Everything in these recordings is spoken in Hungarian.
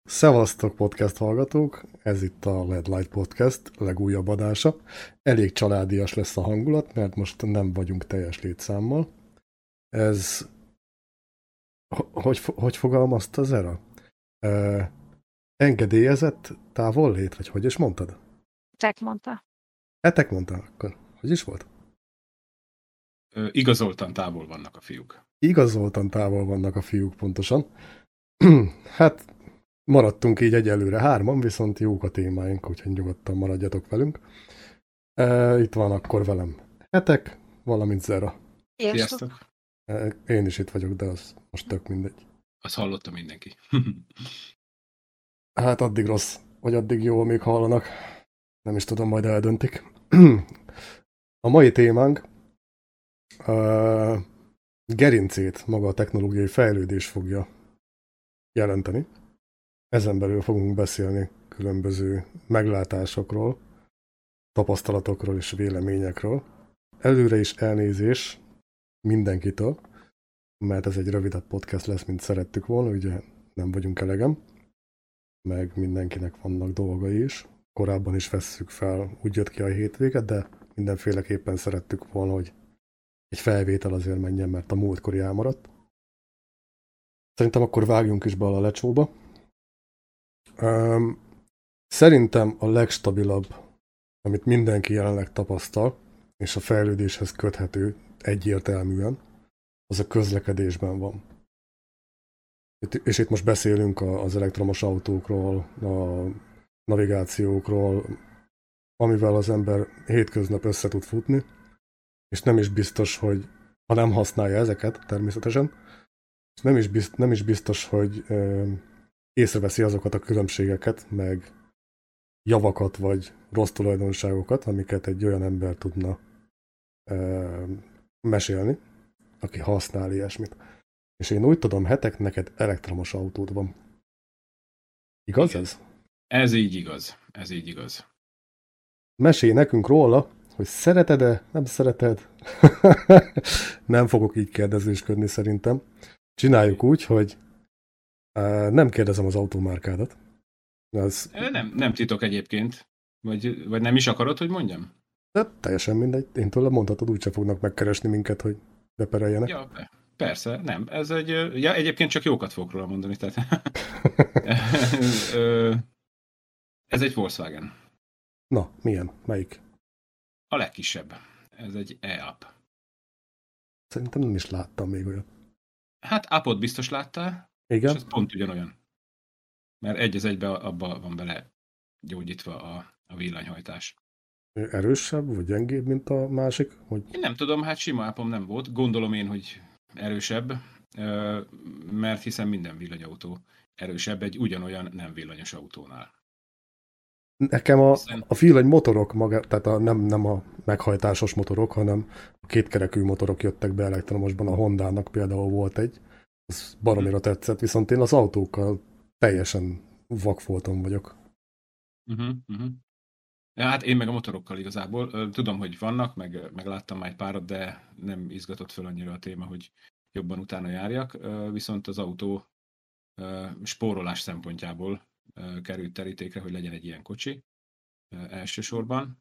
Szevasztok podcast hallgatók, ez itt a LED Light Podcast legújabb adása. Elég családias lesz a hangulat, mert most nem vagyunk teljes létszámmal. Ez, hogy fogalmazta Zera? Engedélyezett távollét, vagy hogy is mondtad? Jack mondta. Etek mondta akkor. Hogy is volt? Igazoltan távol vannak a fiúk. Igazoltan távol vannak a fiúk, pontosan. Hát maradtunk így egyelőre hárman, viszont jók a témáink, úgyhogy nyugodtan maradjatok velünk. Itt van akkor velem Etek, valamint Zera. Sziasztok! Én is itt vagyok, de az most tök mindegy. Azt hallotta mindenki. Hát addig rossz, vagy addig jó, még hallanak. Nem is tudom, majd eldöntik. A mai témánk gerincét maga a technológiai fejlődés fogja jelenteni. Ezen belül fogunk beszélni különböző meglátásokról, tapasztalatokról és véleményekről. Előre is elnézés mindenkitől, mert ez egy rövidebb podcast lesz, mint szerettük volna, ugye nem vagyunk elegem, meg mindenkinek vannak dolgai is. Korábban is vesszük fel, úgy jött ki a hétvéget, de mindenféleképpen szerettük volna, hogy egy felvétel azért menjen, mert a múltkori elmaradt. Szerintem akkor vágjunk is bele a lecsóba. Szerintem a legstabilabb, amit mindenki jelenleg tapasztal, és a fejlődéshez köthető egyértelműen, az a közlekedésben van. És itt most beszélünk az elektromos autókról, a navigációkról, amivel az ember hétköznap össze tud futni, és nem is biztos, hogy ha nem használja ezeket természetesen, és nem is biztos, hogy észreveszi azokat a különbségeket, meg javakat, vagy rossz tulajdonságokat, amiket egy olyan ember tudna mesélni, aki használ ilyesmit. És én úgy tudom, Hetek, neked elektromos autód van. Igaz ez? Ez így igaz. Ez így igaz. Mesélj nekünk róla, hogy szereted-e, nem szereted? Nem fogok így kérdezősködni szerintem. Csináljuk úgy, hogy nem kérdezem az autómárkádat. Az... Nem titok egyébként. Vagy nem is akarod, hogy mondjam? De teljesen mindegy. Én tőle mondhatod, úgyse fognak megkeresni minket, hogy bepereljenek. Ja, persze, nem. Ez egyébként csak jókat fogok róla mondani. Tehát ez egy Volkswagen. Na, milyen? Melyik? A legkisebb. Ez egy E-Up. Szerintem nem is láttam még olyat. Hát Upot biztos láttál, igen? És ez pont ugyanolyan. Mert egy az egybe abba van bele gyógyítva a villanyhajtás. Erősebb, vagy gyengébb, mint a másik? Hogy... Én nem tudom, hát sima ápom nem volt. Gondolom én, hogy erősebb, mert hiszen minden villanyautó erősebb egy ugyanolyan nem villanyos autónál. Nekem a villany motorok maga, tehát nem a meghajtásos motorok, hanem a kétkerekű motorok jöttek be elektromosban. A Hondának például volt egy, az baromira tetszett, viszont én az autókkal teljesen vakfolton vagyok. Ja, hát én meg a motorokkal igazából. Tudom, hogy vannak, meg láttam már egy párat, de nem izgatott föl annyira a téma, hogy jobban utána járjak. Viszont az autó spórolás szempontjából került terítékre, hogy legyen egy ilyen kocsi elsősorban.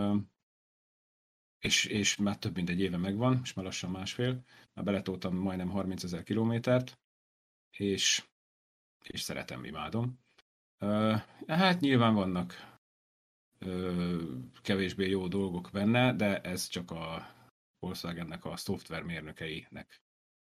És már több mint egy éve megvan, és már lassan másfél. Már beletoltam majdnem 30 000 kilométert, és szeretem, imádom. Hát nyilván vannak kevésbé jó dolgok benne, de ez csak a Volkswagennek a szoftvermérnökeinek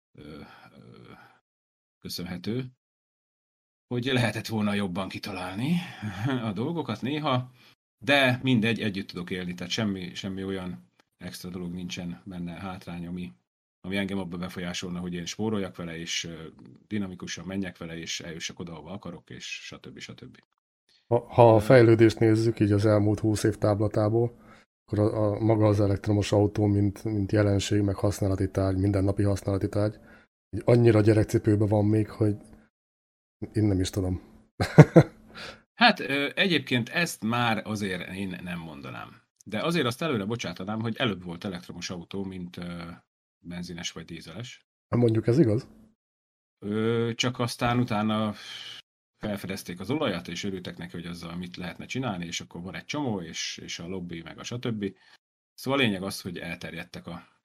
köszönhető, hogy lehetett volna jobban kitalálni a dolgokat néha, de mindegy, együtt tudok élni, tehát semmi olyan extra dolog nincsen benne, hátrány, ami engem abba befolyásolna, hogy én spóroljak vele, és dinamikusan menjek vele, és eljussak oda, ahova akarok, és stb. Ha a fejlődést nézzük így az elmúlt 20 év táblatából, akkor maga az elektromos autó, mint jelenség, meg használati tárgy, mindennapi használati tárgy, így annyira gyerekcipőben van még, hogy én nem is tudom. Hát egyébként ezt már azért én nem mondanám. De azért azt előre bocsátanám, hogy előbb volt elektromos autó, mint benzines vagy dízeles. Mondjuk ez igaz? Csak aztán utána felfedezték az olajat, és örültek neki, hogy azzal mit lehetne csinálni, és akkor van egy csomó, és a lobby, meg a stb. Szóval a lényeg az, hogy elterjedtek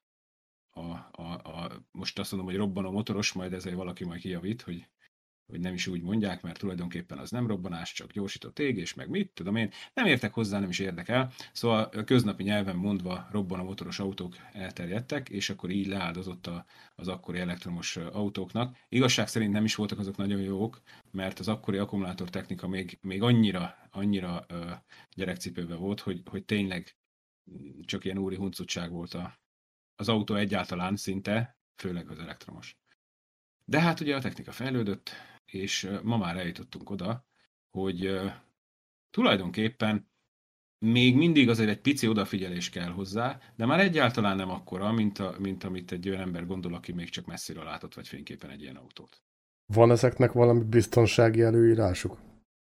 most azt mondom, hogy robbanó motoros, majd ezért valaki majd kijavít, hogy nem is úgy mondják, mert tulajdonképpen az nem robbanás, csak gyorsított égés, meg mit tudom én. Nem értek hozzá, nem is érdekel. Szóval köznapi nyelven mondva robbanó motoros autók elterjedtek, és akkor így leáldozott az akkori elektromos autóknak. Igazság szerint nem is voltak azok nagyon jók, mert az akkori akkumulátortechnika még annyira gyerekcipőben volt, hogy tényleg csak ilyen úri huncutság volt az autó egyáltalán szinte, főleg az elektromos. De hát ugye a technika fejlődött, és ma már eljutottunk oda, hogy tulajdonképpen még mindig azért egy pici odafigyelés kell hozzá, de már egyáltalán nem akkora, mint amit egy olyan ember gondol, aki még csak messziről látott vagy fényképen egy ilyen autót. Van ezeknek valami biztonsági előírásuk?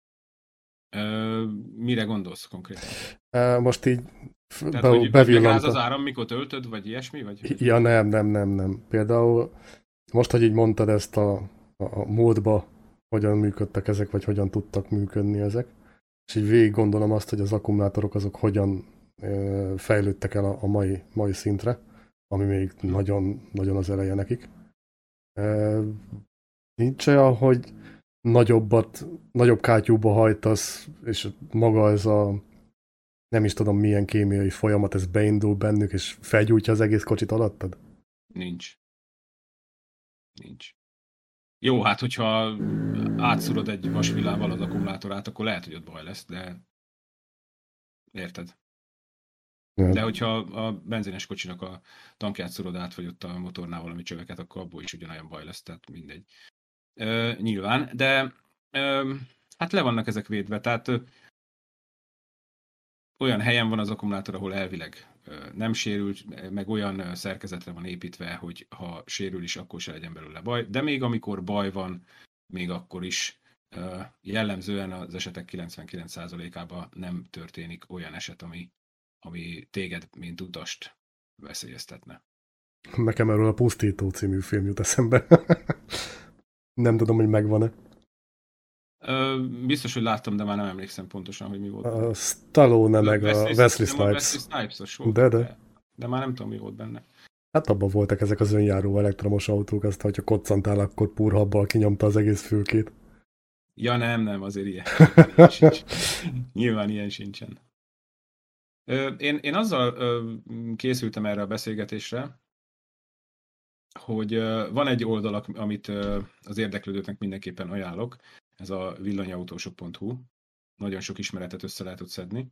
Mire gondolsz konkrétan? Most így Tehát, hogy megráz az áram, mikor töltöd, vagy ilyesmi? Vagy? Ja, nem. Például most, hogy így mondtad ezt a módba, hogyan működtek ezek, vagy hogyan tudtak működni ezek, és így végig gondolom azt, hogy az akkumulátorok azok hogyan fejlődtek el a mai szintre, ami még nagyon, nagyon az eleje nekik. Nincs olyan, hogy nagyobb kátyúba hajtasz, és maga ez a nem is tudom milyen kémiai folyamat, ez beindul bennük, és felgyújtja az egész kocsit alattad? Nincs. Jó, hát hogyha átszurod egy vasvillával az akkumulátorát, akkor lehet, hogy ott baj lesz, de érted? De hogyha a benzines kocsinak a tankját szurod át, vagy ott a motornál valami csöveket, akkor abból is ugyanolyan baj lesz, tehát mindegy. Nyilván, de hát le vannak ezek védve, tehát olyan helyen van az akkumulátor, ahol elvileg nem sérül, meg olyan szerkezetre van építve, hogy ha sérül is, akkor se legyen belőle baj. De még amikor baj van, még akkor is jellemzően az esetek 99%-ában nem történik olyan eset, ami téged, mint utast veszélyeztetne. Nekem erről a Pusztító című film jut eszembe. Nem tudom, hogy megvan-e. Biztos, hogy láttam, de már nem emlékszem pontosan, hogy mi volt. A Stallone meg a Wesley Snipes. De már nem tudom, mi volt benne. Hát abban voltak ezek az önjáró elektromos autók, azt, hogyha koccantál, akkor purhabbal kinyomta az egész fülkét. Ja nem, azért ilyen Nyilván ilyen sincsen. Én azzal készültem erre a beszélgetésre, hogy van egy oldal, amit az érdeklődőknek mindenképpen ajánlok, ez a villanyautósok.hu. Nagyon sok ismeretet össze lehet ott szedni.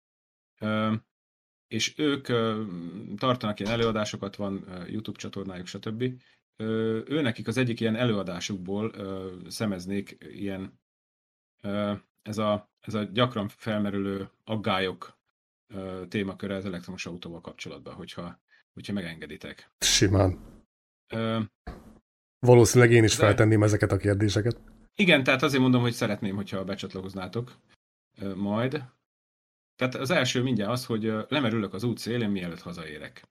És ők tartanak ilyen előadásokat, van YouTube csatornájuk, stb. Őnekik az egyik ilyen előadásukból szemeznék ilyen ez a gyakran felmerülő aggályok témaköre az elektromos autóval kapcsolatban, hogyha megengeditek. Simán. Valószínűleg én is feltenném ezeket a kérdéseket. Igen, tehát azért mondom, hogy szeretném, hogyha becsatlakoznátok majd. Tehát az első mindjárt az, hogy lemerülök az út szélén, mielőtt hazaérek.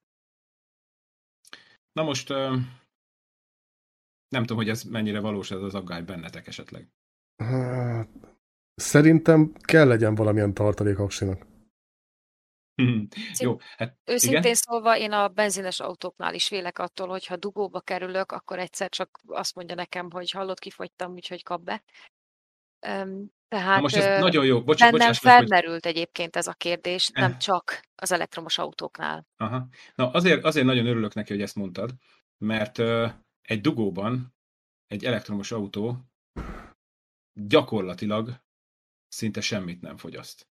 Na most nem tudom, hogy ez mennyire valós ez az aggály bennetek esetleg. Szerintem kell legyen valamilyen tartalék aksinak. Jó, hát őszintén igen? szólva, én a benzines autóknál is félek attól, hogy ha dugóba kerülök, akkor egyszer csak azt mondja nekem, hogy hallott, kifogytam, úgyhogy kap be. Tehát most ez nagyon jó. bennem felmerült egyébként ez a kérdés, nem csak az elektromos autóknál. Aha. Na, azért nagyon örülök neki, hogy ezt mondtad, mert egy dugóban egy elektromos autó gyakorlatilag szinte semmit nem fogyaszt.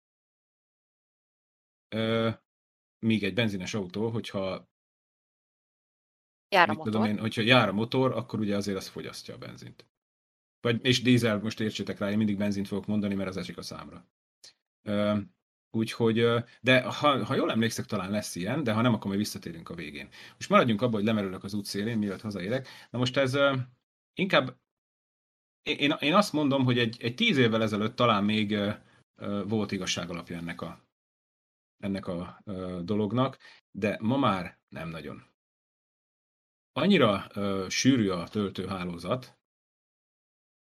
Míg egy benzines autó, hogyha jár a motor. Hogyha jár a motor, akkor ugye azért az fogyasztja a benzint. És dízel, most értsétek rá, én mindig benzint fogok mondani, mert az esik a számra. Úgyhogy, de ha jól emlékszek, talán lesz ilyen, de ha nem, akkor majd visszatérünk a végén. Most maradjunk abban, hogy lemerülök az út szélén, mielőtt hazaérek. Na most ez inkább, én azt mondom, hogy egy 10 évvel ezelőtt talán még volt igazság alapja ennek a dolognak, de ma már nem nagyon. Annyira sűrű a töltőhálózat,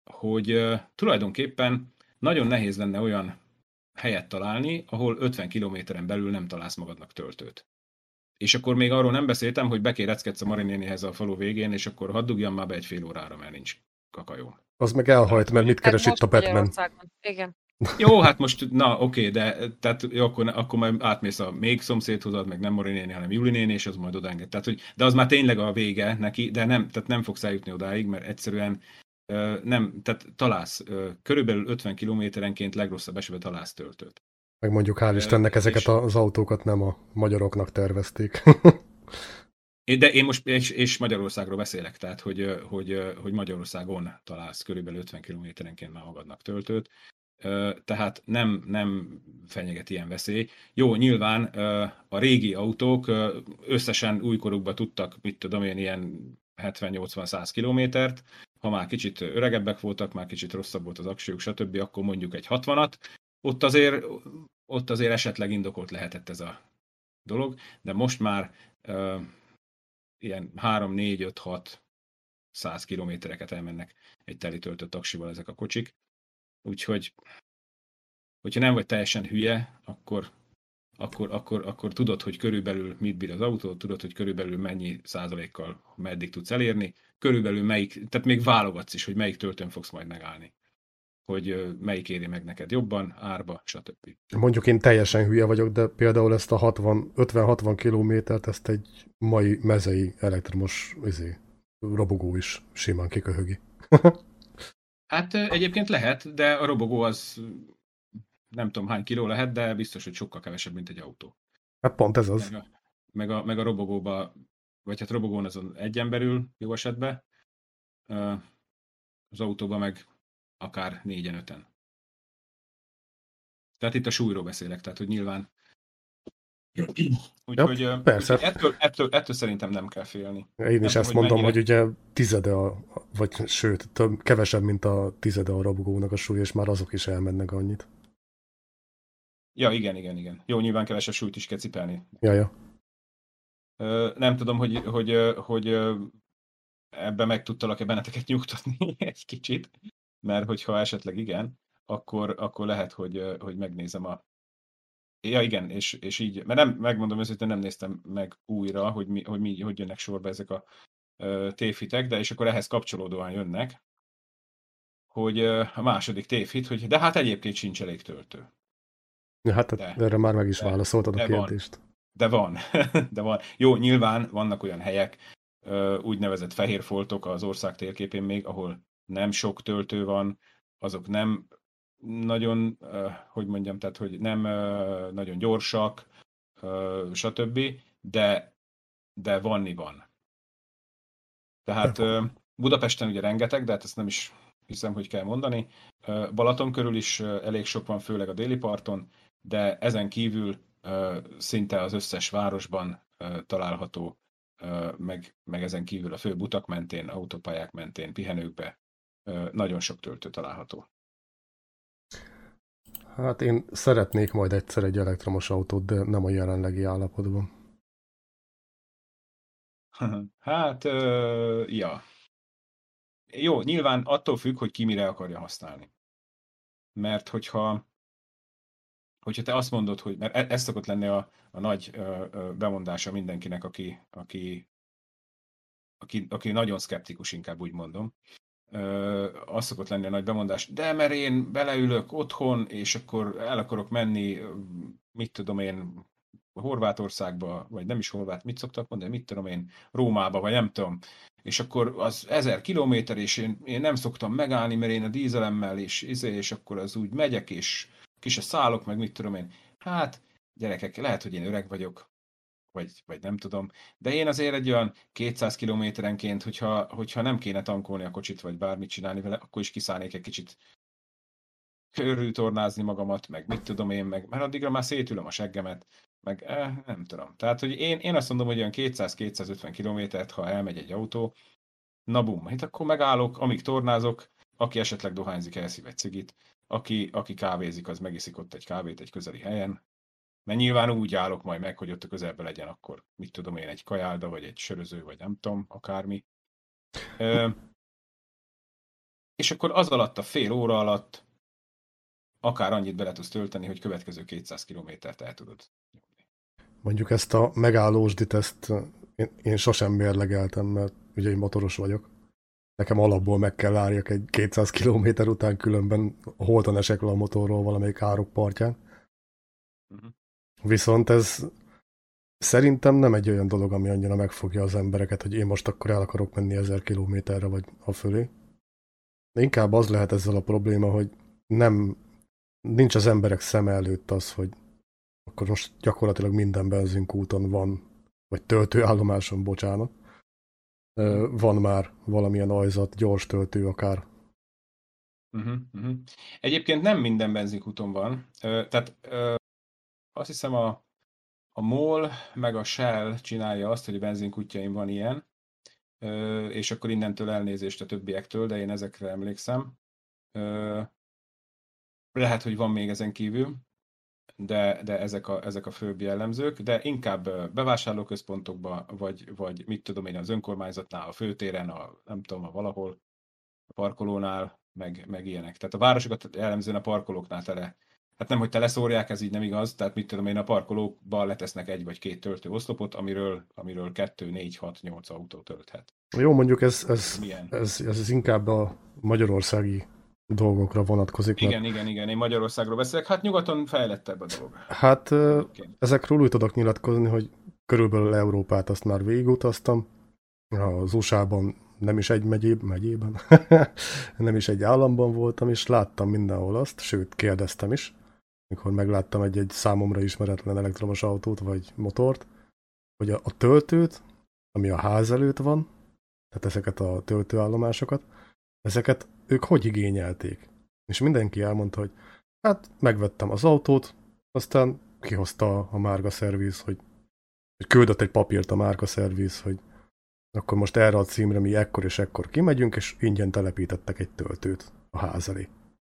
hogy tulajdonképpen nagyon nehéz lenne olyan helyet találni, ahol 50 kilométeren belül nem találsz magadnak töltőt. És akkor még arról nem beszéltem, hogy bekéreckedsz a Mari nénihez a falu végén, és akkor hadd dugjam már be egy fél órára, mert nincs kakajó. Az meg elhajt, mert mit keres itt a Batman? Magyarországon. Igen. Jó, hát most, na oké, de tehát, jó, akkor majd átmész a még szomszédhozat, meg nem Mari néni, hanem Juli néni, és az majd odaenged. Tehát, hogy, de az már tényleg a vége neki, de nem, tehát nem fogsz eljutni odáig, mert egyszerűen nem, tehát találsz, körülbelül 50 kilométerenként legrosszabb esetben találsz töltőt. Meg mondjuk hál' Istennek ezeket az autókat nem a magyaroknak tervezték. De én most és Magyarországról beszélek, tehát hogy Magyarországon találsz körülbelül 50 kilométerenként már magadnak töltőt, tehát nem fenyeget ilyen veszély. Jó, nyilván a régi autók összesen újkorukban tudtak, mit tudom én, ilyen 70-80-100 kilométert, ha már kicsit öregebbek voltak, már kicsit rosszabb volt az aksiuk, stb., akkor mondjuk egy 60-at, ott azért esetleg indokolt lehetett ez a dolog, de most már ilyen 3, 4, 5, 6, 100 kilométereket elmennek egy teli töltött aksival ezek a kocsik. Úgyhogy, hogyha nem vagy teljesen hülye, akkor tudod, hogy körülbelül mit bír az autó, tudod, hogy körülbelül mennyi százalékkal meddig tudsz elérni, körülbelül melyik, tehát még válogatsz is, hogy melyik töltőn fogsz majd megállni. Hogy melyik éri meg neked jobban, árba, stb. Mondjuk én teljesen hülye vagyok, de például ezt a 50-60 kilométert, ezt egy mai mezei elektromos robogó is simán kiköhögi. Hát egyébként lehet, de a robogó az nem tudom hány kiló lehet, de biztos, hogy sokkal kevesebb, mint egy autó. Hát pont ez az. Meg a robogóba, vagy hát robogón azon egy emberül jó esetben, az autóban meg akár 4-5. Tehát itt a súlyról beszélek, tehát hogy nyilván. Úgyhogy ja, persze. Ettől szerintem nem kell félni. Én is ezt mondom, hogy ugye tizede, vagy sőt, kevesebb, mint a tizede a robogónak a súly, és már azok is elmennek annyit. Ja, igen. Jó, nyilván kevesebb súlyt is kell cipelni. Ja. Nem tudom, hogy ebben meg tudtalak-e benneteket nyugtatni egy kicsit, mert hogyha esetleg igen, akkor lehet, hogy megnézem a... Ja, igen, és így, mert nem, megmondom őszintén, nem néztem meg újra, hogy jönnek sorba ezek a tévhitek, de és akkor ehhez kapcsolódóan jönnek, hogy a második tévhit, hogy de hát egyébként sincs elég töltő. Ja, hát erre már meg is válaszoltad a kérdést. De van. Jó, nyilván vannak olyan helyek, úgynevezett fehér foltok az ország térképén még, ahol nem sok töltő van, azok nem nagyon, hogy mondjam, tehát hogy nem nagyon gyorsak, stb., de vanni van. Tehát Budapesten ugye rengeteg, de hát ezt nem is hiszem, hogy kell mondani. Balaton körül is elég sok van, főleg a déli parton, de ezen kívül szinte az összes városban található, meg ezen kívül a főbb utak mentén, autópályák mentén, pihenőkbe nagyon sok töltő található. Hát én szeretnék majd egyszer egy elektromos autót, de nem a jelenlegi állapotban. Hát, ja. Jó, nyilván attól függ, hogy ki mire akarja használni. Mert hogyha te azt mondod, hogy, mert ez szokott lenni a nagy bemondása mindenkinek, aki nagyon szkeptikus, inkább úgy mondom, az szokott lenni a nagy bemondás, de mert én beleülök otthon, és akkor el akarok menni, mit tudom én, Horvátországba, vagy nem is Horvát, mit szoktak mondani, mit tudom én, Rómába, vagy nem tudom, és akkor az 1000 kilométer, és én nem szoktam megállni, mert én a dízelemmel, és akkor az úgy megyek, és ki se szállok, meg mit tudom én. Hát, gyerekek, lehet, hogy én öreg vagyok, vagy nem tudom, de én azért egy olyan 200 kilométerenként, hogyha nem kéne tankolni a kocsit, vagy bármit csinálni vele, akkor is kiszállnék egy kicsit körültornázni magamat, meg mit tudom én, mert addigra már szétülöm a seggemet, meg nem tudom. Tehát, hogy én azt mondom, hogy olyan 200-250 kilométert, ha elmegy egy autó, na bum, hát akkor megállok, amíg tornázok, aki esetleg dohányzik, elszív egy cigit, aki kávézik, az megiszik ott egy kávét egy közeli helyen, mert nyilván úgy állok majd meg, hogy ott a közelben legyen akkor, mit tudom én, egy kajálda, vagy egy söröző, vagy nem tudom, akármi. és akkor az alatt a fél óra alatt akár annyit bele tudsz tölteni, hogy következő 200 kilométert el tudod. Mondjuk ezt a megállósdit, ezt én sosem mérlegeltem, mert ugye én motoros vagyok. Nekem alapból meg kell álljak egy 200 kilométer után, különben holtan esek le a motorról valamelyik árokpartján. Viszont ez szerintem nem egy olyan dolog, ami annyira megfogja az embereket, hogy én most akkor el akarok menni 1000 kilométerre vagy a fölé. De inkább az lehet ezzel a probléma, hogy nincs az emberek szeme előtt az, hogy akkor most gyakorlatilag minden benzinkúton van, vagy töltőállomáson, bocsánat, van már valamilyen ajzat, gyors töltő akár. Egyébként nem minden benzinkúton van. Tehát azt hiszem a MOL meg a Shell csinálja azt, hogy a benzinkútjaim van ilyen, és akkor innentől elnézést a többiektől, de én ezekre emlékszem. Lehet, hogy van még ezen kívül, de ezek a főbb jellemzők, de inkább bevásárlóközpontokba, vagy mit tudom én, az önkormányzatnál, a főtéren, nem tudom, valahol a parkolónál, meg ilyenek. Tehát a városokat jellemzően a parkolóknál tele. Hát nem, hogy teleszórják, ez így nem igaz, tehát mit tudom én, a parkolókban letesznek 1 vagy 2 töltőoszlopot, amiről 2, 4, 6, 8 autó tölthet. Jó, mondjuk ez inkább a magyarországi dolgokra vonatkozik. Igen, én Magyarországról beszélek, hát nyugaton fejlettebb a dolog. Hát ezekről úgy tudok nyilatkozni, hogy körülbelül Európát azt már végigutaztam. Az USA-ban nem is egy megyében, nem is egy államban voltam, és láttam mindenhol azt, sőt kérdeztem is, mikor megláttam egy számomra ismeretlen elektromos autót vagy motort, hogy a töltőt, ami a ház előtt van, tehát ezeket a töltőállomásokat, ezeket ők hogy igényelték. És mindenki elmondta, hogy hát megvettem az autót, aztán kihozta a márga szerviz, hogy küldött egy papírt a márga szerviz, hogy akkor most erre a címre mi ekkor és ekkor kimegyünk, és ingyen telepítettek egy töltőt a ház elé.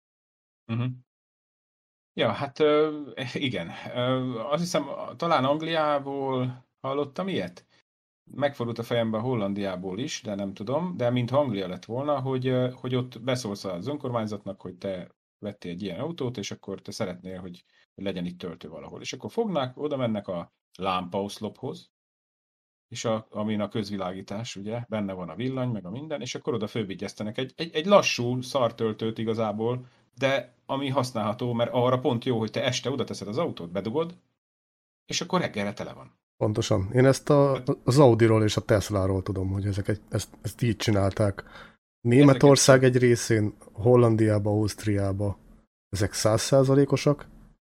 Ja, hát igen. Azt hiszem, talán Angliából hallottam ilyet. Megfordult a fejembe a Hollandiából is, de nem tudom, de mintha Anglia lett volna, hogy ott beszólsz az önkormányzatnak, hogy te vettél egy ilyen autót, és akkor te szeretnél, hogy legyen itt töltő valahol. És akkor fognak, oda mennek a lámpaoszlophoz, és amin a közvilágítás, ugye, benne van a villany, meg a minden, és akkor oda fölvigyeztenek egy lassú szartöltőt igazából, de ami használható, mert arra pont jó, hogy te este oda teszed az autót, bedugod, és akkor reggelre tele van. Pontosan. Én ezt az Audiról és a Tesláról tudom, hogy ezt így csinálták. Németország egy részén, Hollandiába, Ausztriába ezek 100%-osak.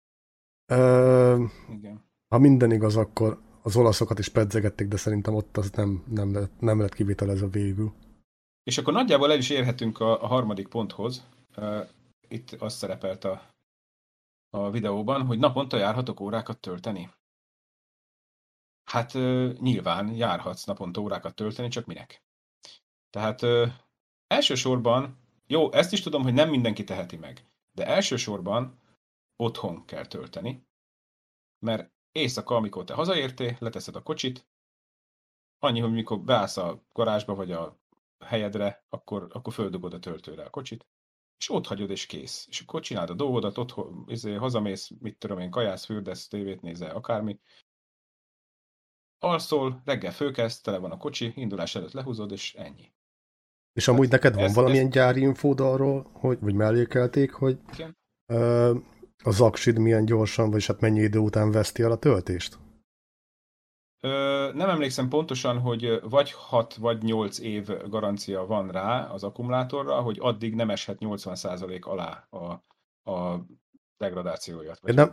Igen. Ha minden igaz, akkor az olaszokat is pedzegették, de szerintem ott az nem lett kivitelezve végül. És akkor nagyjából el is érhetünk a harmadik ponthoz. Itt az szerepelt a videóban, hogy naponta járhatok órákat tölteni. Hát nyilván járhatsz naponta órákat tölteni, csak minek? Tehát elsősorban, jó, ezt is tudom, hogy nem mindenki teheti meg, de elsősorban otthon kell tölteni, mert éjszaka, amikor te hazaértél, leteszed a kocsit, annyi, hogy mikor beállsz a garázsba vagy a helyedre, akkor földugod a töltőre a kocsit, és ott hagyod, és kész. És akkor csináld a dolgodat, otthon, hazamész, mit tudom én, kajász, fürdesz, tévét nézel, akármi. Alszol, reggel fölkelsz, tele van a kocsi, indulás előtt lehúzod, és ennyi. És amúgy neked van valamilyen gyári infód arról, vagy mellékelték, hogy a zaksid milyen gyorsan, vagy hát mennyi idő után veszti el a töltést? Nem emlékszem pontosan, hogy vagy 6 vagy 8 év garancia van rá az akkumulátorra, hogy addig nem eshet 80% alá a degradációja.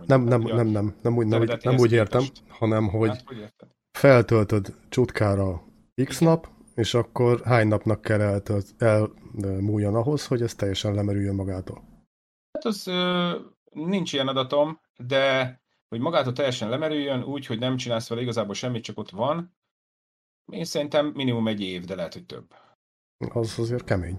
Nem úgy értem, hanem hogy feltöltöd csutkára X nap, és akkor hány napnak kell elmúljon ahhoz, hogy ez teljesen lemerüljön magától? Hát az nincs ilyen adatom, de hogy magától teljesen lemerüljön úgy, hogy nem csinálsz vele igazából semmit, csak ott van, én szerintem minimum 1 év, de lehet, hogy több. Az azért kemény.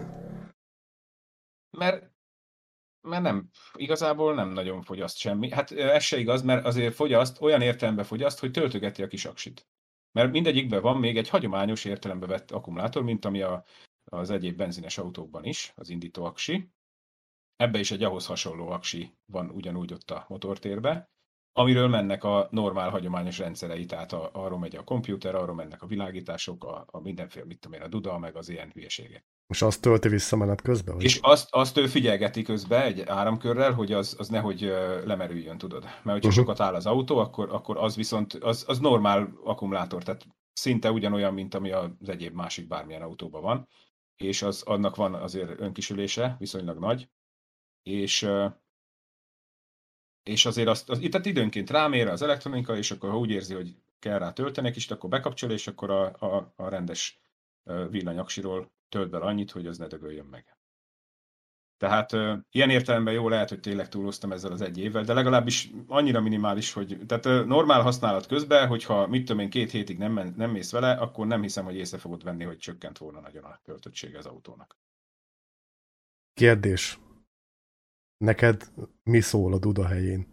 Mert nem, igazából nem nagyon fogyaszt semmi. Hát ez se igaz, mert azért fogyaszt, olyan értelemben fogyaszt, hogy töltögeti a kis aksit. Mert mindegyikben van még egy hagyományos értelembe vett akkumulátor, mint ami a az egyéb benzines autókban is, az indító aksi. Ebbe is egy ahhoz hasonló aksi van ugyanúgy ott a motortérbe, amiről mennek a normál, hagyományos rendszerei, tehát arról megy a kompjúter, arról mennek a világítások, a mindenféle, mit tudom én, a duda, meg az ilyen hülyeségek. És azt tölti vissza menet közben? Vagy? És azt ő figyelgeti közben egy áramkörrel, hogy az nehogy lemerüljön, tudod. Mert hogyha sokat áll az autó, akkor az viszont, az normál akkumulátor, tehát szinte ugyanolyan, mint ami az egyéb másik bármilyen autóban van, és annak van azért önkisülése, viszonylag nagy, és azért tehát időnként rámér az elektronika, és akkor ha úgy érzi, hogy kell rá tölteni egy kicsit, akkor bekapcsol, és akkor a rendes villanyaksiról tölt bele annyit, hogy az ne dögöljön meg. Tehát ilyen értelemben jó, lehet, hogy tényleg túloztam ezzel az egy évvel, de legalábbis annyira minimális, hogy tehát normál használat közben, hogyha mit tudom én 2 hétig nem mész vele, akkor nem hiszem, hogy észre fogod venni, hogy csökkent volna nagyon a töltöttsége az autónak. Kérdés. Neked mi szól a duda helyén?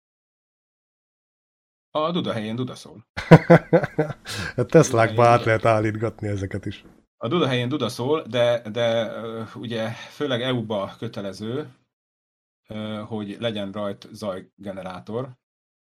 A duda helyén duda szól. A Teslákba át lehet állítgatni ezeket is. A duda helyén duda szól, de ugye főleg EU-ba kötelező, hogy legyen rajt zajgenerátor.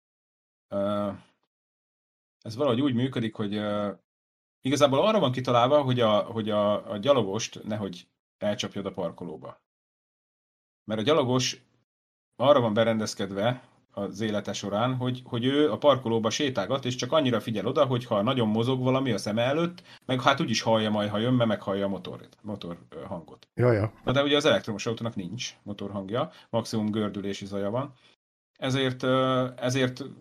Ez valahogy úgy működik, hogy igazából arra van kitalálva, hogy a gyalogost nehogy elcsapjod a parkolóba. Mert a gyalogos arra van berendezkedve az élete során, hogy ő a parkolóba sétálgat, és csak annyira figyel oda, hogy ha nagyon mozog valami a szeme előtt, meg hát úgyis hallja majd, ha jön, mert meghallja a motor hangot. Jaja. Na de ugye az elektromos autónak nincs motorhangja, maximum gördülési zaja van. Ezért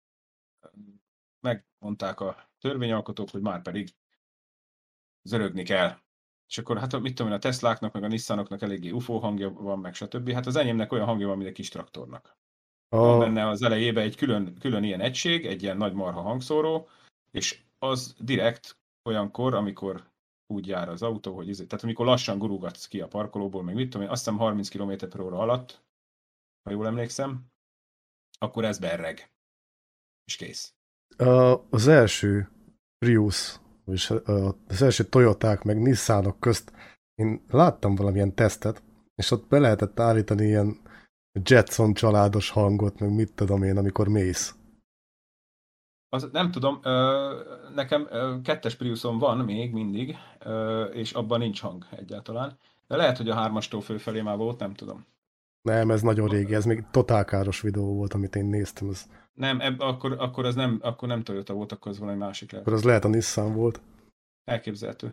megmondták a törvényalkotók, hogy már pedig zörögni kell. És akkor hát mit tudom én, a Tesláknak, meg a Nissanoknak eléggé UFO hangja van, meg stb. Hát az enyémnek olyan hangja van, mint egy kis traktornak. Van benne az elejében egy külön ilyen egység, egy ilyen nagy marha hangszóró, és az direkt olyankor, amikor úgy jár az autó, hogy tehát amikor lassan gurugatsz ki a parkolóból, meg mit tudom én, azt hiszem 30 km/h alatt, ha jól emlékszem, akkor ez berreg. És kész. Az első Prius, és az első Toyoták meg Nissanok közt én láttam valamilyen tesztet, és ott be lehetett állítani ilyen Jetson családos hangot, meg mit tudom én, amikor mész. Nem tudom, nekem 2-es Priusom van még mindig, és abban nincs hang egyáltalán. De lehet, hogy a 3-astól fölfelé már volt, nem tudom. Nem, ez nagyon régi, ez még totálkáros videó volt, amit én néztem. Ez... Nem, akkor nem Toyota volt, akkor az valami másik lehet. Akkor az lehet a Nissan volt. Elképzelhető.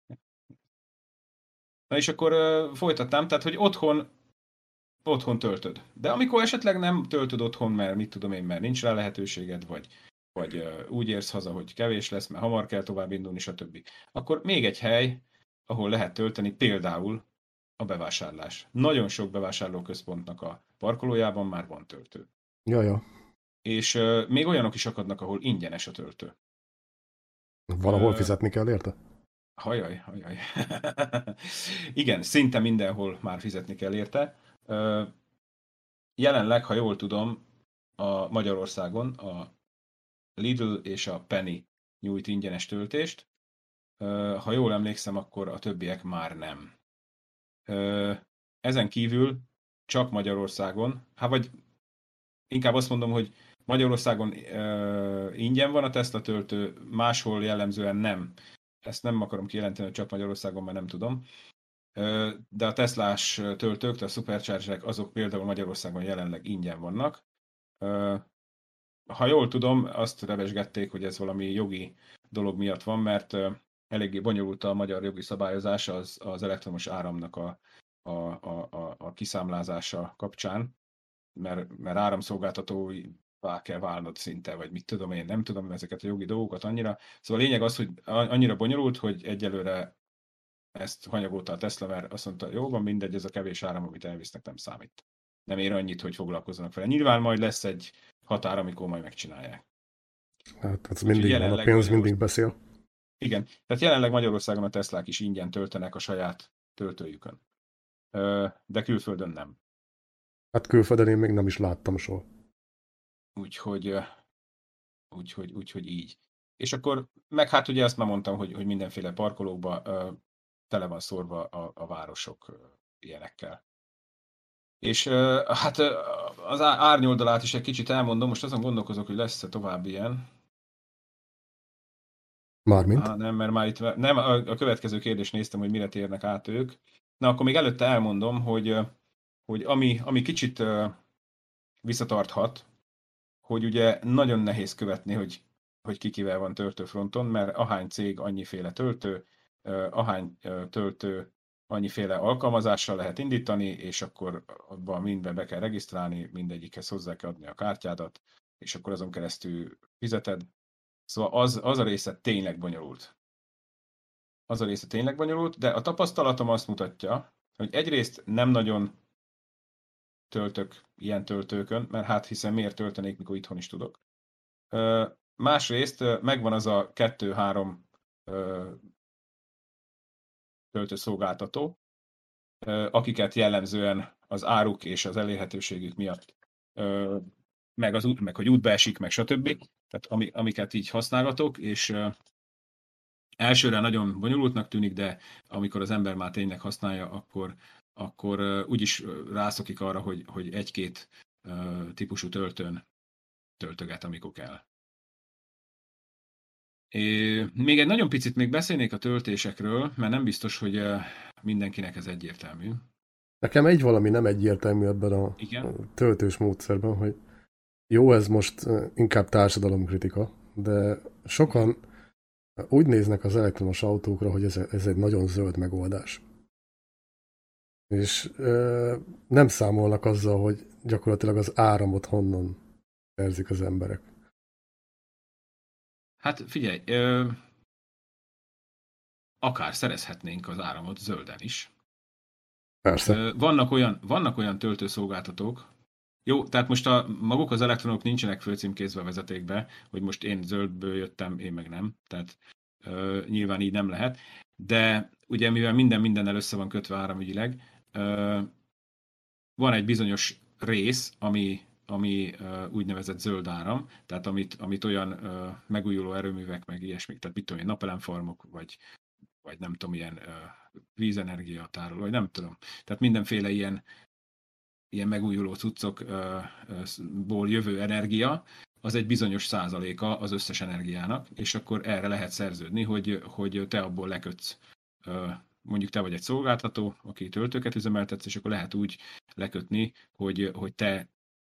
Na és akkor folytattam, tehát hogy otthon töltöd. De amikor esetleg nem töltöd otthon, mert mit tudom én, mert nincs rá lehetőséged, vagy úgy érsz haza, hogy kevés lesz, mert hamar kell tovább indulni, stb. Akkor még egy hely, ahol lehet tölteni, például a bevásárlás. Nagyon sok bevásárlóközpontnak a parkolójában már van töltő. Jaja. És még olyanok is akadnak, ahol ingyenes a töltő. Valahol fizetni kell érte? Hajaj. Igen, szinte mindenhol már fizetni kell érte. Jelenleg, ha jól tudom, a Magyarországon a Lidl és a Penny nyújt ingyenes töltést. Ha jól emlékszem, akkor a többiek már nem. Ezen kívül csak Magyarországon, vagy inkább azt mondom, hogy Magyarországon ingyen van a Tesla töltő, máshol jellemzően nem. Ezt nem akarom kijelenteni, hogy csak Magyarországon, mert nem tudom. De a Teslás töltők, a Superchargerek, azok például Magyarországon jelenleg ingyen vannak. Ha jól tudom, azt revesgették, hogy ez valami jogi dolog miatt van, mert eléggé bonyolult a magyar jogi szabályozás az elektromos áramnak a kiszámlázása kapcsán, mert áramszolgáltatóvá kell válnod szinte, vagy mit tudom én, nem tudom ezeket a jogi dolgokat annyira. Szóval a lényeg az, hogy annyira bonyolult, hogy egyelőre ezt hanyagolta a Tesla, mert azt mondta, jó van, mindegy, ez a kevés áram, amit elvisznek, nem számít. Nem ér annyit, hogy foglalkozzanak vele. Nyilván majd lesz egy határ, amikor majd megcsinálják. Hát ez mindig van, a pénz mindig beszél. Igen, tehát jelenleg Magyarországon a Teslák is ingyen töltenek a saját töltőjükön. De külföldön nem. Hát külföldön én még nem is láttam soha. Úgyhogy így. És akkor, meg hát ugye azt már mondtam, hogy mindenféle parkolókba tele van szórva a városok ilyenekkel. És hát az árnyoldalát is egy kicsit elmondom, most azon gondolkozok, hogy lesz-e tovább ilyen. Mármint? Nem, mert már itt nem, a következő kérdést néztem, hogy mire térnek át ők. Na, akkor még előtte elmondom, hogy ami kicsit visszatarthat, hogy ugye nagyon nehéz követni, hogy kikivel van töltőfronton, mert ahány cég annyiféle töltő, ahány töltő annyiféle alkalmazással lehet indítani, és akkor abban mindbe be kell regisztrálni, mindegyikhez hozzá kell adni a kártyádat, és akkor azon keresztül fizeted. Szóval az a része tényleg bonyolult. De a tapasztalatom azt mutatja, hogy egyrészt nem nagyon töltök ilyen töltőkön, mert hát hiszen miért töltenék, mikor itthon is tudok. Másrészt megvan az a 2-3 töltőszolgáltató, akiket jellemzően az áruk és az elérhetőségük miatt, meg hogy útba esik, meg stb. Tehát amiket így használgatok, és elsőre nagyon bonyolultnak tűnik, de amikor az ember már tényleg használja, akkor úgyis rászokik arra, hogy egy-két típusú töltőn töltöget, amikor kell. Még egy nagyon picit még beszélnék a töltésekről, mert nem biztos, hogy mindenkinek ez egyértelmű. Nekem egy valami nem egyértelmű ebben a töltős módszerben, hogy jó, ez most inkább társadalomkritika, de sokan úgy néznek az elektromos autókra, hogy ez egy nagyon zöld megoldás. És nem számolnak azzal, hogy gyakorlatilag az áramot honnan szerzik az emberek. Hát figyelj, akár szerezhetnénk az áramot zölden is. Persze. Vannak olyan töltőszolgáltatók, jó, tehát most maguk az elektronok nincsenek fölcímkézve a vezetékbe, hogy most én zöldből jöttem, én meg nem. Tehát nyilván így nem lehet. De ugye mivel mindennel össze van kötve áramügyileg, van egy bizonyos rész, ami úgynevezett zöld áram, tehát amit olyan megújuló erőművek, meg ilyesmik, tehát mit tudom én, napelemfarmok, vagy nem tudom, ilyen vízenergia tároló, vagy nem tudom. Tehát mindenféle ilyen megújuló cuccokból jövő energia, az egy bizonyos százaléka az összes energiának, és akkor erre lehet szerződni, hogy te abból lekötsz. Mondjuk te vagy egy szolgáltató, aki töltőket üzemeltetsz, és akkor lehet úgy lekötni, hogy te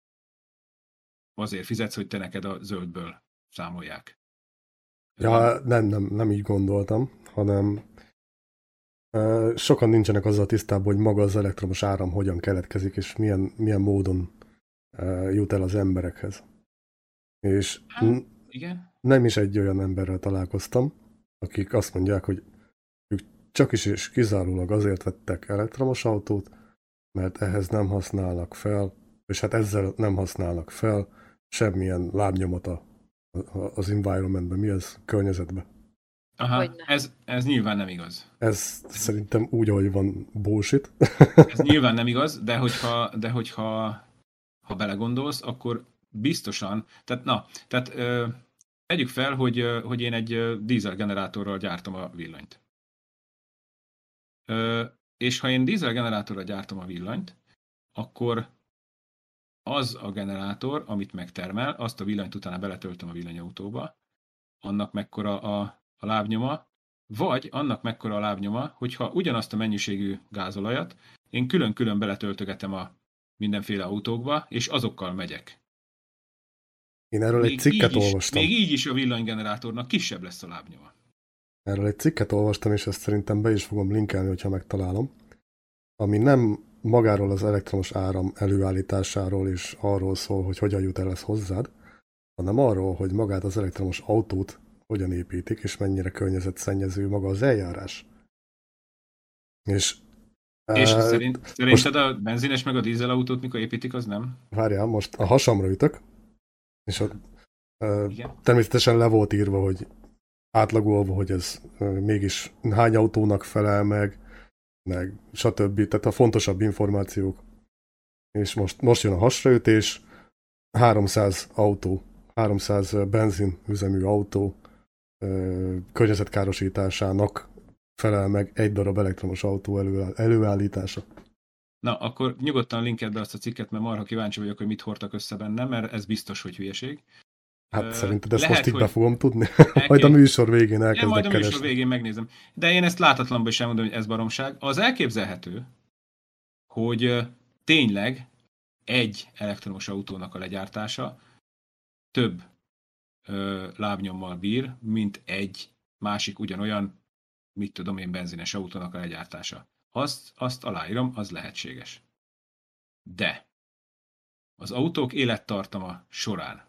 azért fizetsz, hogy te neked a zöldből számolják. Ja, nem így gondoltam, hanem sokan nincsenek azzal tisztában, hogy maga az elektromos áram hogyan keletkezik, és milyen módon jut el az emberekhez. És igen? Nem is egy olyan emberrel találkoztam, akik azt mondják, hogy ők csak is és kizárólag azért vettek elektromos autót, mert ehhez nem használnak fel, és hát ezzel nem használnak fel semmilyen lábnyomot az environmentben, mi az környezetben. Aha, ez nyilván nem igaz. Ez szerintem úgy, ahogy van, bullshit. Ez nyilván nem igaz, de hogyha belegondolsz, akkor biztosan, tehát tegyük fel, hogy én egy dízelgenerátorral gyártom a villanyt. És ha én dízelgenerátorral gyártom a villanyt, akkor az a generátor, amit megtermel, azt a villanyt utána beletöltöm a villanyautóba, annak mekkora a lábnyoma, vagy annak mekkora a lábnyoma, hogyha ugyanazt a mennyiségű gázolajat én külön-külön beletöltögetem a mindenféle autókba, és azokkal megyek. Én erről egy cikket olvastam. Még így is a villanygenerátornak kisebb lesz a lábnyoma. Erről egy cikket olvastam, és ezt szerintem be is fogom linkelni, hogyha megtalálom, ami nem magáról az elektromos áram előállításáról és arról szól, hogy hogyan jut el ez hozzád, hanem arról, hogy magát az elektromos autót hogyan építik, és mennyire környezetszennyező maga az eljárás. És szerinted a benzines meg a dízelautót mikor építik, az nem? Várjál, most a hasamra ütök, és ott természetesen le volt írva, hogy átlagolva, hogy ez mégis hány autónak felel meg stb. Tehát a fontosabb információk. És most jön a hasraütés, 300 benzin üzemű autó környezetkárosításának felel meg egy darab elektromos autó előállítása. Na, akkor nyugodtan linkeld be azt a cikket, mert marha kíváncsi vagyok, hogy mit hordtak össze benne, mert ez biztos, hogy hülyeség. Hát szerinted ezt Lehet, most így be hogy fogom tudni? Majd a műsor végén elkezdek majd a műsor keresni. végén megnézem. De én ezt látatlanban is elmondom, hogy ez baromság. Az elképzelhető, hogy tényleg egy elektromos autónak a legyártása több lábnyommal bír, mint egy másik ugyanolyan, mit tudom én, benzines autónak a legyártása. Azt aláírom, az lehetséges. De az autók élettartama során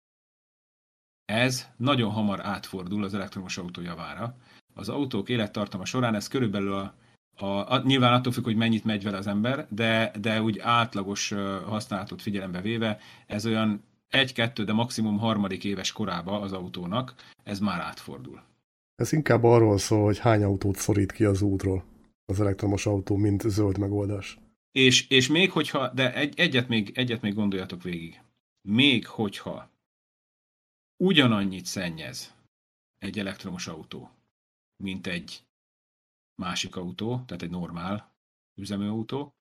ez nagyon hamar átfordul az elektromos autó javára. Az autók élettartama során ez körülbelül nyilván attól függ, hogy mennyit megy vele az ember, de úgy átlagos használatot figyelembe véve, ez olyan 1-2, de maximum 3. éves korába az autónak, ez már átfordul. Ez inkább arról szól, hogy hány autót szorít ki az útról az elektromos autó, mint zöld megoldás. És még hogyha, de egyet még gondoljatok végig. Még hogyha ugyanannyit szennyez egy elektromos autó, mint egy másik autó, tehát egy normál üzeműautó,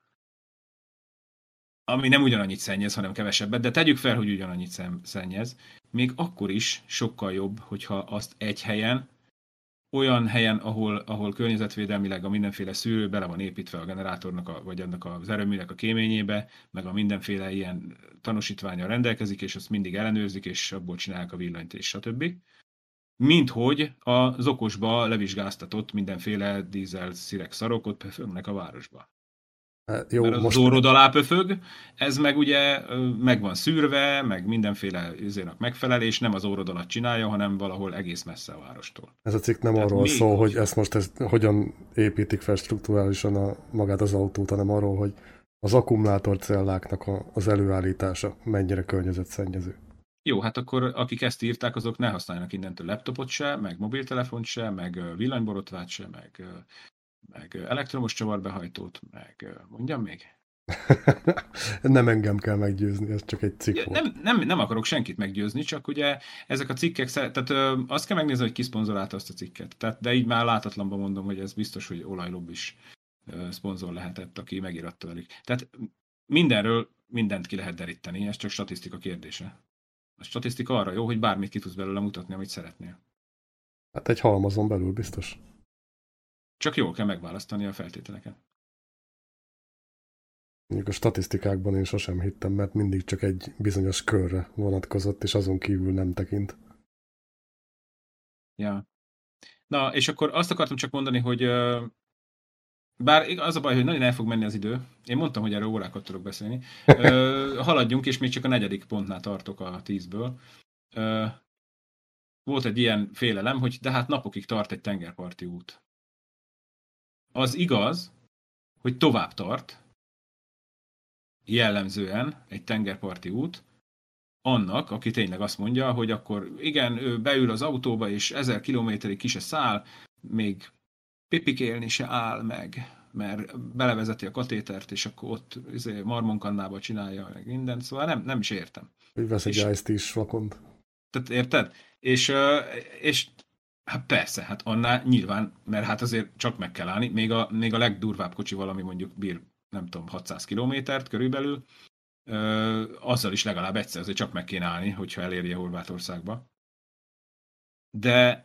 ami nem ugyanannyit szennyez, hanem kevesebbet, de tegyük fel, hogy ugyanannyit szennyez, még akkor is sokkal jobb, hogyha azt egy helyen, olyan helyen, ahol környezetvédelmileg a mindenféle szűrő bele van építve a generátornak, vagy annak az erőműnek a kéményébe, meg a mindenféle ilyen tanúsítvánnyal rendelkezik, és azt mindig ellenőrzik, és abból csinálják a villanyt, és stb. Mint hogy az okosba levizsgáztatott mindenféle dízel szirek szarokot pöfögnek a városba. Hát jó, mert az most... orrod alá pöfög, ez meg ugye meg van szűrve, meg mindenféle izének megfelel, és nem az orrod alatt csinálja, hanem valahol egész messze a várostól. Ez a cikk nem Tehát arról szól, hogy hogyha... ezt hogyan építik fel strukturálisan magát az autót, hanem arról, hogy az akkumulátorcelláknak az előállítása mennyire környezetszennyező. Jó, hát akkor akik ezt írták, azok ne használjanak innentől laptopot se, meg mobiltelefont se, meg villanyborotvát se, meg elektromos csavarbehajtót, meg mondjam még? Nem engem kell meggyőzni, ez csak egy cikk volt. Nem akarok senkit meggyőzni, csak ugye ezek a cikkek, tehát azt kell megnézni, hogy ki szponzorálta azt a cikket. Tehát, de így már látatlanban mondom, hogy ez biztos, hogy olajlobbis szponzor lehetett, aki megiratta velük. Tehát mindenről mindent ki lehet deríteni, ez csak statisztika kérdése. A statisztika arra jó, hogy bármit ki tudsz belőle mutatni, amit szeretnél. Hát egy halmazon belül biztos. Csak jól kell megválasztani a feltételeket. Mondjuk a statisztikákban én sosem hittem, mert mindig csak egy bizonyos körre vonatkozott, és azon kívül nem tekint. Ja. Na, és akkor azt akartam csak mondani, hogy bár az a baj, hogy nagyon el fog menni az idő, én mondtam, hogy erről órákat tudok beszélni, haladjunk, és még csak a 4. pontnál tartok a 10-ből. Volt egy ilyen félelem, hogy de hát napokig tart egy tengerparti út. Az igaz, hogy tovább tart, jellemzően egy tengerparti út, annak, aki tényleg azt mondja, hogy akkor igen, ő beül az autóba, és 1000 kilométerig ki se száll, még pipikélni se áll meg, mert belevezeti a katétert, és akkor ott marmonkannába csinálja meg mindent, szóval nem is értem. Hogy vesz egy Ice Tea flakont. Tehát érted? És hát persze, hát annál nyilván, mert hát azért csak meg kell állni, még a legdurvább kocsival, ami mondjuk bír, nem tudom, 600 kilométert körülbelül, azzal is legalább egyszer azért csak meg kéne állni, hogyha elérje Horvátországba. De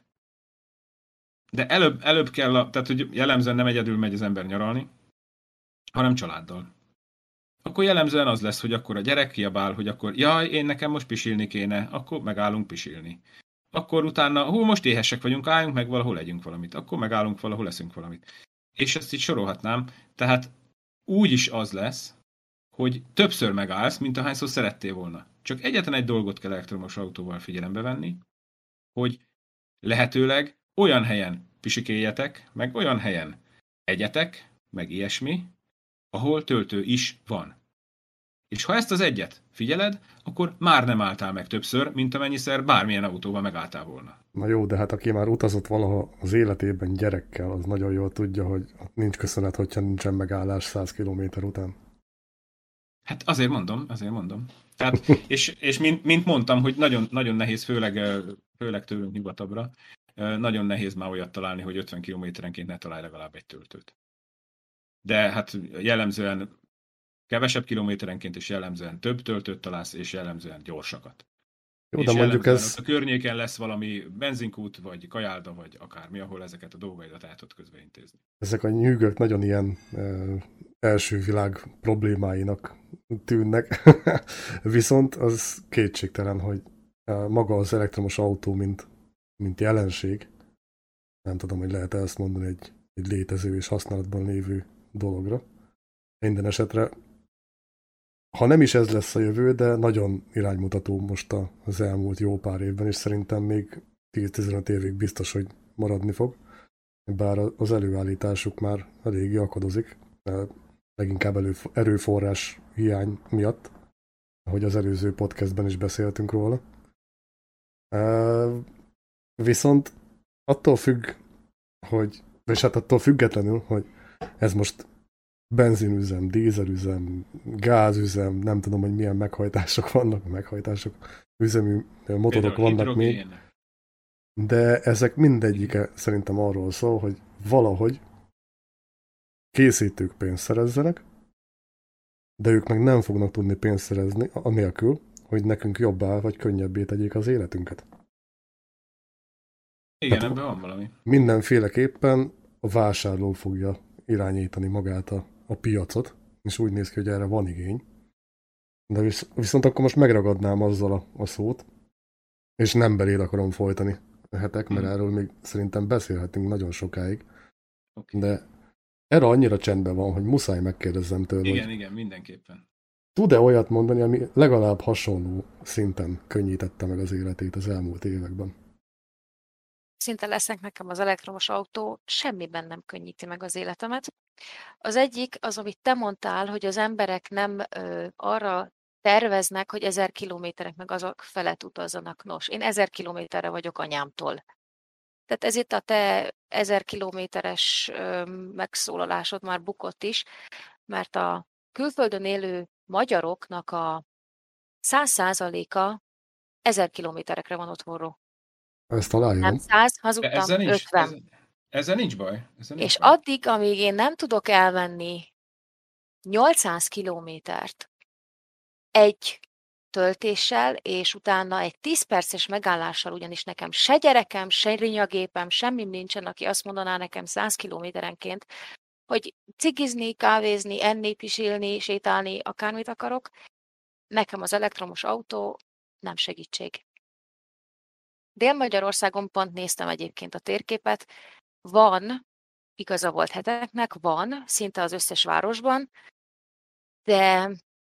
előbb kell, tehát hogy jellemzően nem egyedül megy az ember nyaralni, hanem családdal. Akkor jellemzően az lesz, hogy akkor a gyerek kiabál, hogy akkor jaj, én nekem most pisilni kéne, akkor megállunk pisilni. Akkor utána, most éhesek vagyunk, álljunk meg valahol, legyünk valamit. Akkor megállunk valahol, leszünk valamit. És ezt így sorolhatnám. Tehát úgy is az lesz, hogy többször megállsz, mint ahányszor szerettél volna. Csak egyetlen egy dolgot kell elektromos autóval figyelembe venni, hogy lehetőleg olyan helyen pisikéljetek, meg olyan helyen egyetek, meg ilyesmi, ahol töltő is van. És ha ezt az egyet figyeled, akkor már nem álltál meg többször, mint amennyiszer bármilyen autóval megálltál volna. Na jó, de hát aki már utazott valaha az életében gyerekkel, az nagyon jól tudja, hogy nincs köszönet, hogyha nincsen megállás 100 km után. Hát azért mondom. Tehát, és mint mondtam, hogy nagyon, nagyon nehéz, főleg tőlünk nyugatabbra, nagyon nehéz már olyat találni, hogy 50 kilométerenként ne találj legalább egy töltőt. De hát jellemzően kevesebb kilométerenként, és jellemzően több töltőt találsz, és jellemzően gyorsakat. Jó, És de mondjuk jellemzően ez, ott a környéken lesz valami benzinkút, vagy kajálda, vagy akármi, ahol ezeket a dolgaidat el tudod közbeintézni. ezek a nyűgök nagyon ilyen első világ problémáinak tűnnek. Viszont az kétségtelen, hogy maga az elektromos autó, mint jelenség, nem tudom, hogy lehet ezt mondani egy létező és használatban lévő dologra. Minden esetre, ha nem is ez lesz a jövő, de nagyon iránymutató most az elmúlt jó pár évben, és szerintem még 10-15 évig biztos, hogy maradni fog. Bár az előállításuk már eléggé akadozik, leginkább erőforrás hiány miatt, ahogy az előző podcastben is beszéltünk róla. Viszont attól függ, és hát attól függetlenül, hogy ez most benzinüzem, dízelüzem, gázüzem, nem tudom, hogy milyen meghajtások, üzemű motorok vannak még, de ezek mindegyike szerintem arról szól, hogy valahogy készítők pénzt szerezzenek, de ők meg nem fognak tudni pénzt szerezni anélkül, hogy nekünk jobbá vagy könnyebbé tegyék az életünket. Igen, ebben van valami. Mindenféleképpen a vásárló fogja irányítani magát a piacot, és úgy néz ki, hogy erre van igény. De viszont akkor most megragadnám azzal a szót, és nem beléd akarom folytani mert erről még szerintem beszélhetünk nagyon sokáig. Okay. De erre annyira csendben van, hogy muszáj megkérdezzem tőle. Igen, mindenképpen. Tud-e olyat mondani, ami legalább hasonló szinten könnyítette meg az életét az elmúlt években? Szinte lesznek nekem az elektromos autó, semmiben nem könnyíti meg az életemet. Az egyik, az, amit te mondtál, hogy az emberek nem arra terveznek, hogy 1000 kilométerek meg azok felett utazzanak. Nos, én 1000 kilométerre vagyok anyámtól. Tehát ezért a te 1000 kilométeres megszólalásod már bukott is, mert a külföldön élő magyaroknak a 100%-a 1000 kilométerekre van otthonról. Ezt aláírom. Nem 100, hazudtam, 50. Ezzel nincs baj. És addig, amíg én nem tudok elmenni 800 kilométert egy töltéssel, és utána egy 10 perces megállással, ugyanis nekem se gyerekem, se rinyagépem, semmim nincsen, aki azt mondaná nekem 100 kilométerenként, hogy cigizni, kávézni, enni, pisilni, sétálni, akármit akarok, nekem az elektromos autó nem segítség. Dél-Magyarországon pont néztem egyébként a térképet, van, igaza volt heteknek, van, szinte az összes városban, de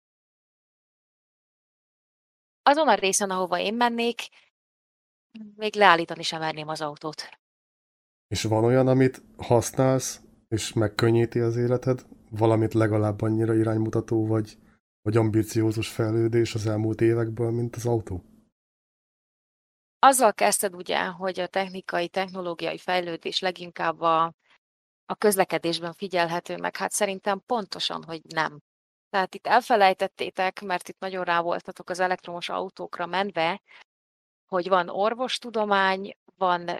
azon a részen, ahova én mennék, még leállítani sem merném az autót. És van olyan, amit használsz, és megkönnyíti az életed? Valamit legalább annyira iránymutató, vagy ambiciózus fejlődés az elmúlt évekből, mint az autó? Azzal kezdted ugye, hogy a technológiai fejlődés leginkább a közlekedésben figyelhető meg, hát szerintem pontosan, hogy nem. Tehát itt elfelejtettétek, mert itt nagyon rá voltatok az elektromos autókra menve, hogy van orvostudomány, van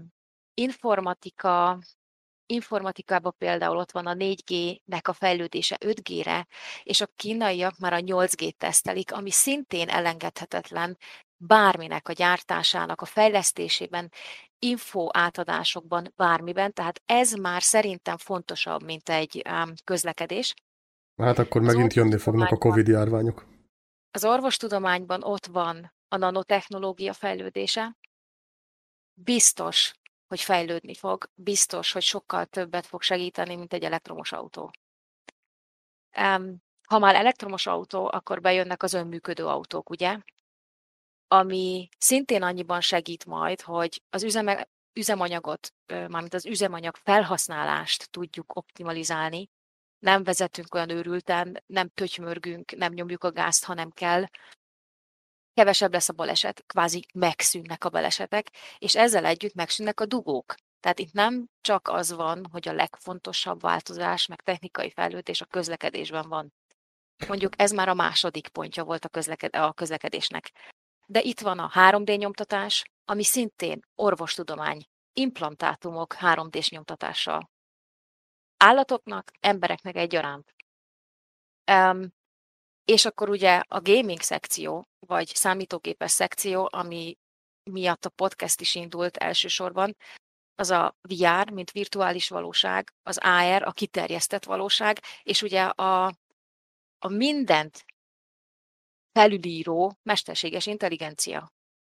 informatikában például ott van a 4G-nek a fejlődése 5G-re, és a kínaiak már a 8G-t tesztelik, ami szintén elengedhetetlen bárminek a gyártásának, a fejlesztésében, info átadásokban, bármiben, tehát ez már szerintem fontosabb, mint egy közlekedés. Hát akkor megint jönni fognak a Covid-járványok. Az orvostudományban ott van a nanotechnológia fejlődése. Biztos, hogy fejlődni fog, biztos, hogy sokkal többet fog segíteni, mint egy elektromos autó. Ha már elektromos autó, akkor bejönnek az önműködő autók, ugye? Ami szintén annyiban segít majd, hogy az üzemanyagot, mármint az üzemanyag felhasználást tudjuk optimalizálni. Nem vezetünk olyan őrülten, nem tötymörgünk, nem nyomjuk a gázt, ha nem kell. Kevesebb lesz a baleset, kvázi megszűnnek a balesetek, és ezzel együtt megszűnnek a dugók. Tehát itt nem csak az van, hogy a legfontosabb változás, meg technikai fejlődés a közlekedésben van. Mondjuk ez már a második pontja volt a közlekedésnek. De itt van a 3D nyomtatás, ami szintén orvostudomány, implantátumok 3D-s nyomtatással. Állatoknak, embereknek egyaránt. És akkor ugye a gaming szekció, vagy számítógépes szekció, ami miatt a podcast is indult elsősorban, az a VR, mint virtuális valóság, az AR, a kiterjesztett valóság, és ugye a mindent felülíró mesterséges intelligencia.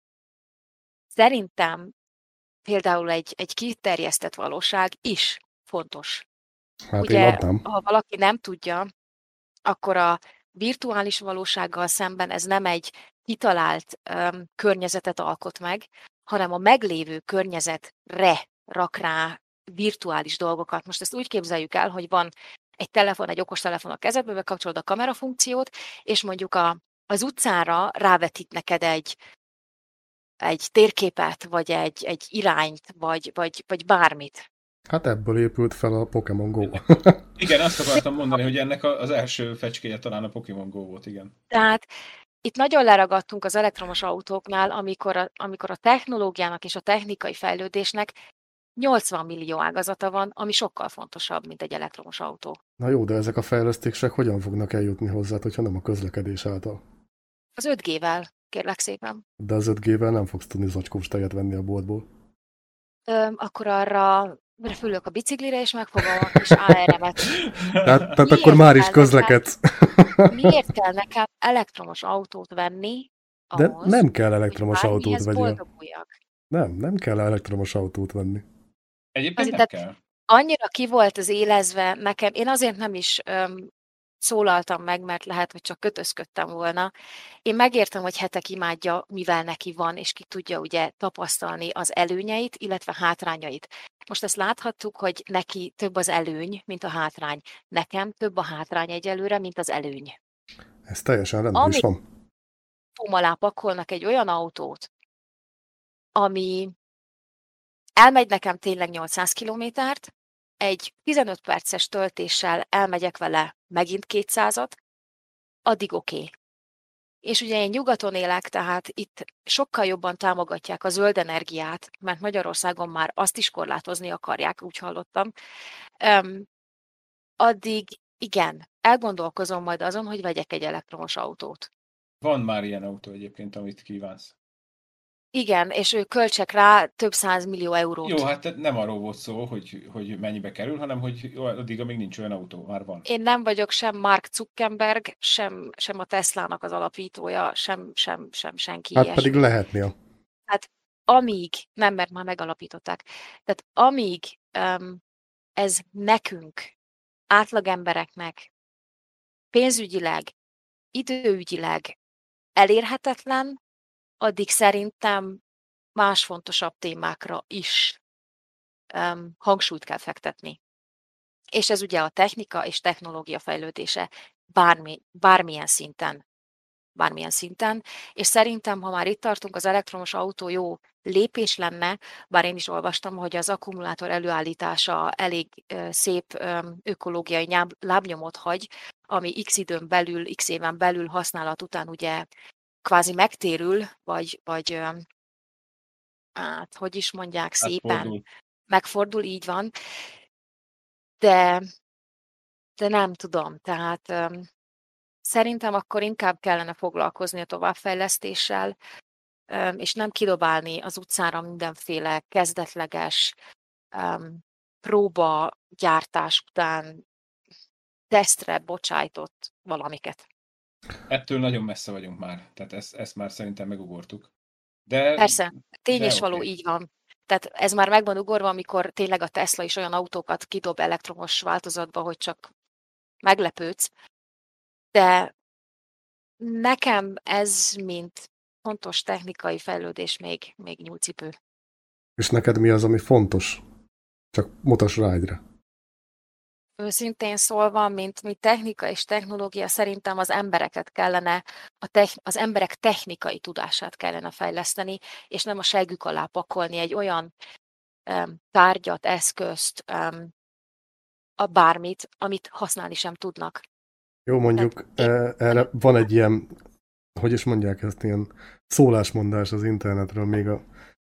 Szerintem például egy kiterjesztett valóság is fontos. Hát én Ugye, adnám. ha valaki nem tudja, akkor a virtuális valósággal szemben ez nem egy kitalált környezetet alkot meg, hanem a meglévő környezetre rak rá virtuális dolgokat. Most ezt úgy képzeljük el, hogy van egy telefon, egy okostelefon a kezedbe, bekapcsolod a kamerafunkciót, és mondjuk az utcára rávetít neked egy térképet, vagy egy irányt, vagy bármit. Hát ebből épült fel a Pokémon Go. Igen, azt akartam mondani, hogy ennek az első fecskéje talán a Pokémon Go volt, igen. Tehát itt nagyon leragadtunk az elektromos autóknál, amikor a technológiának és a technikai fejlődésnek 80 millió ágazata van, ami sokkal fontosabb, mint egy elektromos autó. Na jó, de ezek a fejlesztések hogyan fognak eljutni hozzá, hogyha nem a közlekedés által? Az 5G-vel, kérlek szépen. De az 5G-vel nem fogsz tudni zacskós tejet venni a boltból. Akkor arra fülök a biciklire, és megfogom a kis AR-emet. Tehát akkor már is közlekedsz. Miért kell nekem elektromos autót venni De ahhoz, nem kell elektromos hogy autót bármihez vegyél. boldoguljak? Nem kell elektromos autót venni. Egyébként Azért, nem kell. Annyira ki volt az élezve nekem, én azért nem is szólaltam meg, mert lehet, hogy csak kötözködtem volna. Én megértem, hogy Hetek imádja, mivel neki van, és ki tudja ugye tapasztalni az előnyeit, illetve hátrányait. Most ezt láthattuk, hogy neki több az előny, mint a hátrány. Nekem több a hátrány egyelőre, mint az előny. Ez teljesen rendben is van. Pum alá pakolnak egy olyan autót, ami elmegy nekem tényleg 800 kilométert, egy 15 perces töltéssel elmegyek vele megint 200-at, addig oké. És ugye én nyugaton élek, tehát itt sokkal jobban támogatják a zöld energiát, mert Magyarországon már azt is korlátozni akarják, úgy hallottam. Addig igen, elgondolkozom majd azon, hogy vegyek egy elektromos autót. Van már ilyen autó egyébként, amit kívánsz. Igen, és ő költsek rá több 100 millió eurót. Jó, hát nem arról volt szó, hogy mennyibe kerül, hanem hogy addig, amíg nincs olyan autó, már van. Én nem vagyok sem Mark Zuckerberg, sem a Teslának az alapítója, sem senki Hát ilyesmi. pedig lehetnél. Hát amíg, nem, mert már megalapították, tehát amíg ez nekünk, átlagembereknek pénzügyileg, időügyileg elérhetetlen, addig szerintem más fontosabb témákra is hangsúlyt kell fektetni. És ez ugye a technika és technológia fejlődése bármilyen szinten, és szerintem, ha már itt tartunk, az elektromos autó jó lépés lenne, bár én is olvastam, hogy az akkumulátor előállítása elég szép ökológiai lábnyomot hagy, ami x éven belül használat után ugye kvázi megtérül, vagy hát, hogy is mondják szépen, megfordul, így van, de nem tudom, tehát szerintem akkor inkább kellene foglalkozni a továbbfejlesztéssel, és nem kidobálni az utcára mindenféle kezdetleges próbagyártás után tesztre bocsájtott valamiket. Ettől nagyon messze vagyunk már, tehát ezt már szerintem megugortuk. De, persze, tény és való, okay. így van. Tehát ez már meg van ugorva, amikor tényleg a Tesla is olyan autókat kidob elektromos változatba, hogy csak meglepődsz. De nekem ez, mint fontos technikai fejlődés még nyúlcipő. És neked mi az, ami fontos? Csak mutass rá egyre. Őszintén szólva, mint technika és technológia, szerintem az embereket kellene, az emberek technikai tudását kellene fejleszteni, és nem a seggük alá pakolni egy olyan tárgyat, eszközt, a bármit, amit használni sem tudnak. Jó, mondjuk erre van egy ilyen, hogy is mondják ezt, ilyen szólásmondás az internetről, még a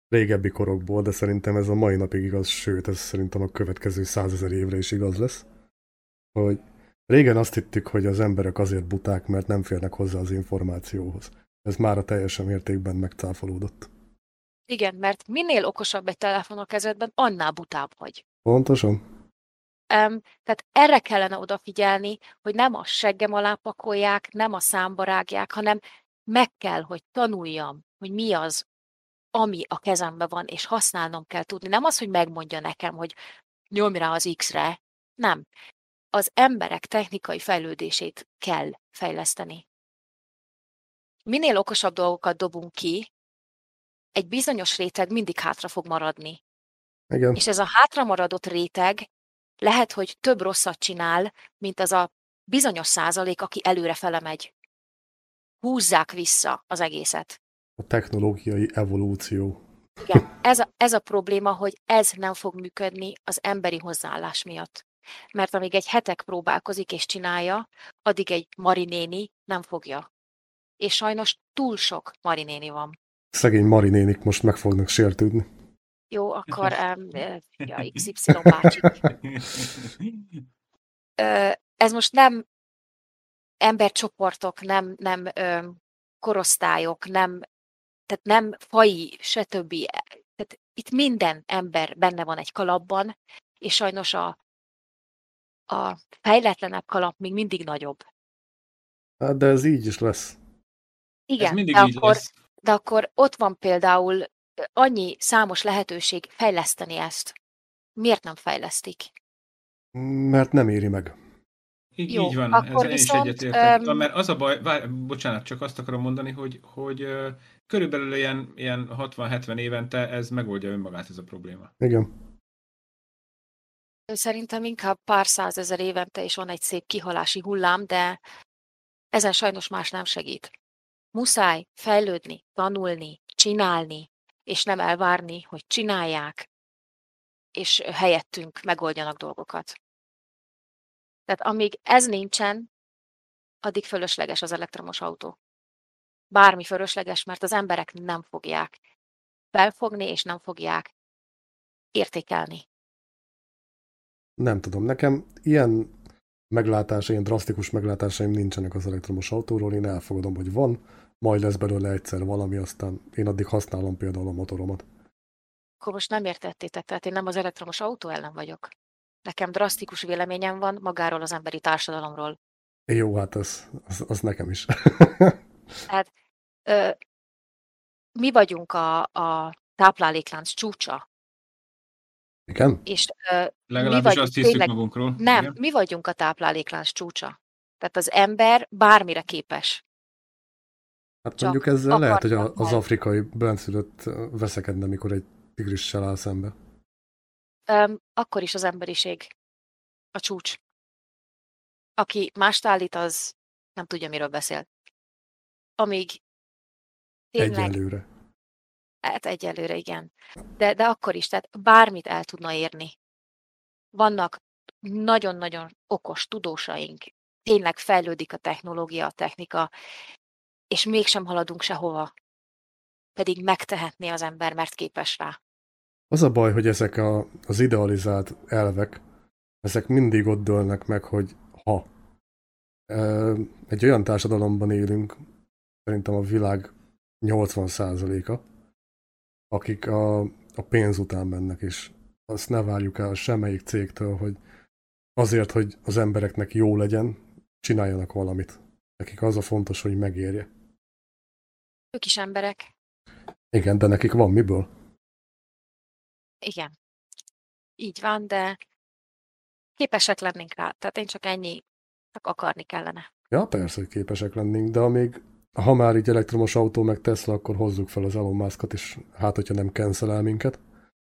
régebbi korokból, de szerintem ez a mai napig igaz, sőt, ez szerintem a következő 100 000 évre is igaz lesz, hogy régen azt hittük, hogy az emberek azért buták, mert nem férnek hozzá az információhoz. Ez már a teljesen mértékben megcáfolódott. Igen, mert minél okosabb egy telefon a kezedben, annál butább vagy. Pontosan? Tehát erre kellene odafigyelni, hogy nem a seggem alá pakolják, nem a számba rágják, hanem meg kell, hogy tanuljam, hogy mi az, ami a kezemben van, és használnom kell tudni. Nem az, hogy megmondja nekem, hogy nyomj rá az X-re. Nem. Az emberek technikai fejlődését kell fejleszteni. Minél okosabb dolgokat dobunk ki, egy bizonyos réteg mindig hátra fog maradni. Igen. És ez a hátramaradott réteg lehet, hogy több rosszat csinál, mint az a bizonyos százalék, aki előre fele megy. Húzzák vissza az egészet. A technológiai evolúció. Igen, ez a probléma, hogy ez nem fog működni az emberi hozzáállás miatt. Mert amíg egy hetek próbálkozik és csinálja, addig egy marinéni nem fogja. És sajnos túl sok marinéni van. Szegény marinénik most meg fognak sértődni. Jó, akkor ja, XY bácsi. Ez most nem embercsoportok, nem korosztályok, tehát nem faji, se többi. Tehát itt minden ember benne van egy kalapban, és sajnos a fejletlenebb kalap még mindig nagyobb. Hát de ez így is lesz. Igen, Ez mindig így lesz. de akkor ott van például annyi számos lehetőség fejleszteni ezt. Miért nem fejlesztik? Mert nem éri meg. Így van, akkor ezzel én is egyetértek. Mert az a baj, bocsánat, csak azt akarom mondani, hogy körülbelül ilyen 60-70 évente ez megoldja önmagát ez a probléma. Igen. Szerintem inkább pár százezer évente is van egy szép kihalási hullám, de ezen sajnos más nem segít. Muszáj fejlődni, tanulni, csinálni, és nem elvárni, hogy csinálják, és helyettünk megoldjanak dolgokat. Tehát amíg ez nincsen, addig fölösleges az elektromos autó. Bármi fölösleges, mert az emberek nem fogják felfogni, és nem fogják értékelni. Nem tudom, nekem ilyen drasztikus meglátásaim nincsenek az elektromos autóról, én elfogadom, hogy van, majd lesz belőle egyszer valami, aztán én addig használom például a motoromat. Akkor most nem értettétek, tehát én nem az elektromos autó ellen vagyok. Nekem drasztikus véleményem van magáról az emberi társadalomról. Jó, hát az nekem is. Tehát mi vagyunk a tápláléklánc csúcsa. Igen? És legalábbis azt hiszük magunkról. Nem, Igen? mi vagyunk a tápláléklánc csúcsa. Tehát az ember bármire képes. Hát Csak mondjuk ezzel lehet, hogy akartan az kell. afrikai benszülött veszekedne, mikor egy tigrissel áll szembe. Akkor is az emberiség a csúcs. Aki mást állít, az nem tudja, miről beszél. Amíg tényleg, Egyelőre. hát egyelőre igen. De akkor is, tehát bármit el tudna érni. Vannak nagyon-nagyon okos tudósaink, tényleg fejlődik a technológia, a technika, és mégsem haladunk sehova. Pedig megtehetné az ember, mert képes rá. Az a baj, hogy ezek az idealizált elvek, ezek mindig ott dőlnek meg, hogy ha egy olyan társadalomban élünk, szerintem a világ 80%-a, akik a pénz után mennek, és azt ne várjuk el semmelyik cégtől, hogy azért, hogy az embereknek jó legyen, csináljanak valamit. Nekik az a fontos, hogy megérje. Ők is emberek. Igen, de nekik van miből? Igen. Így van, de képesek lennénk rá. Tehát én csak csak akarni kellene. Ja, persze, hogy képesek lennénk, de ha már így elektromos autó meg Tesla, akkor hozzuk fel az Elon Muskot, és hát, hogyha nem cancel el minket.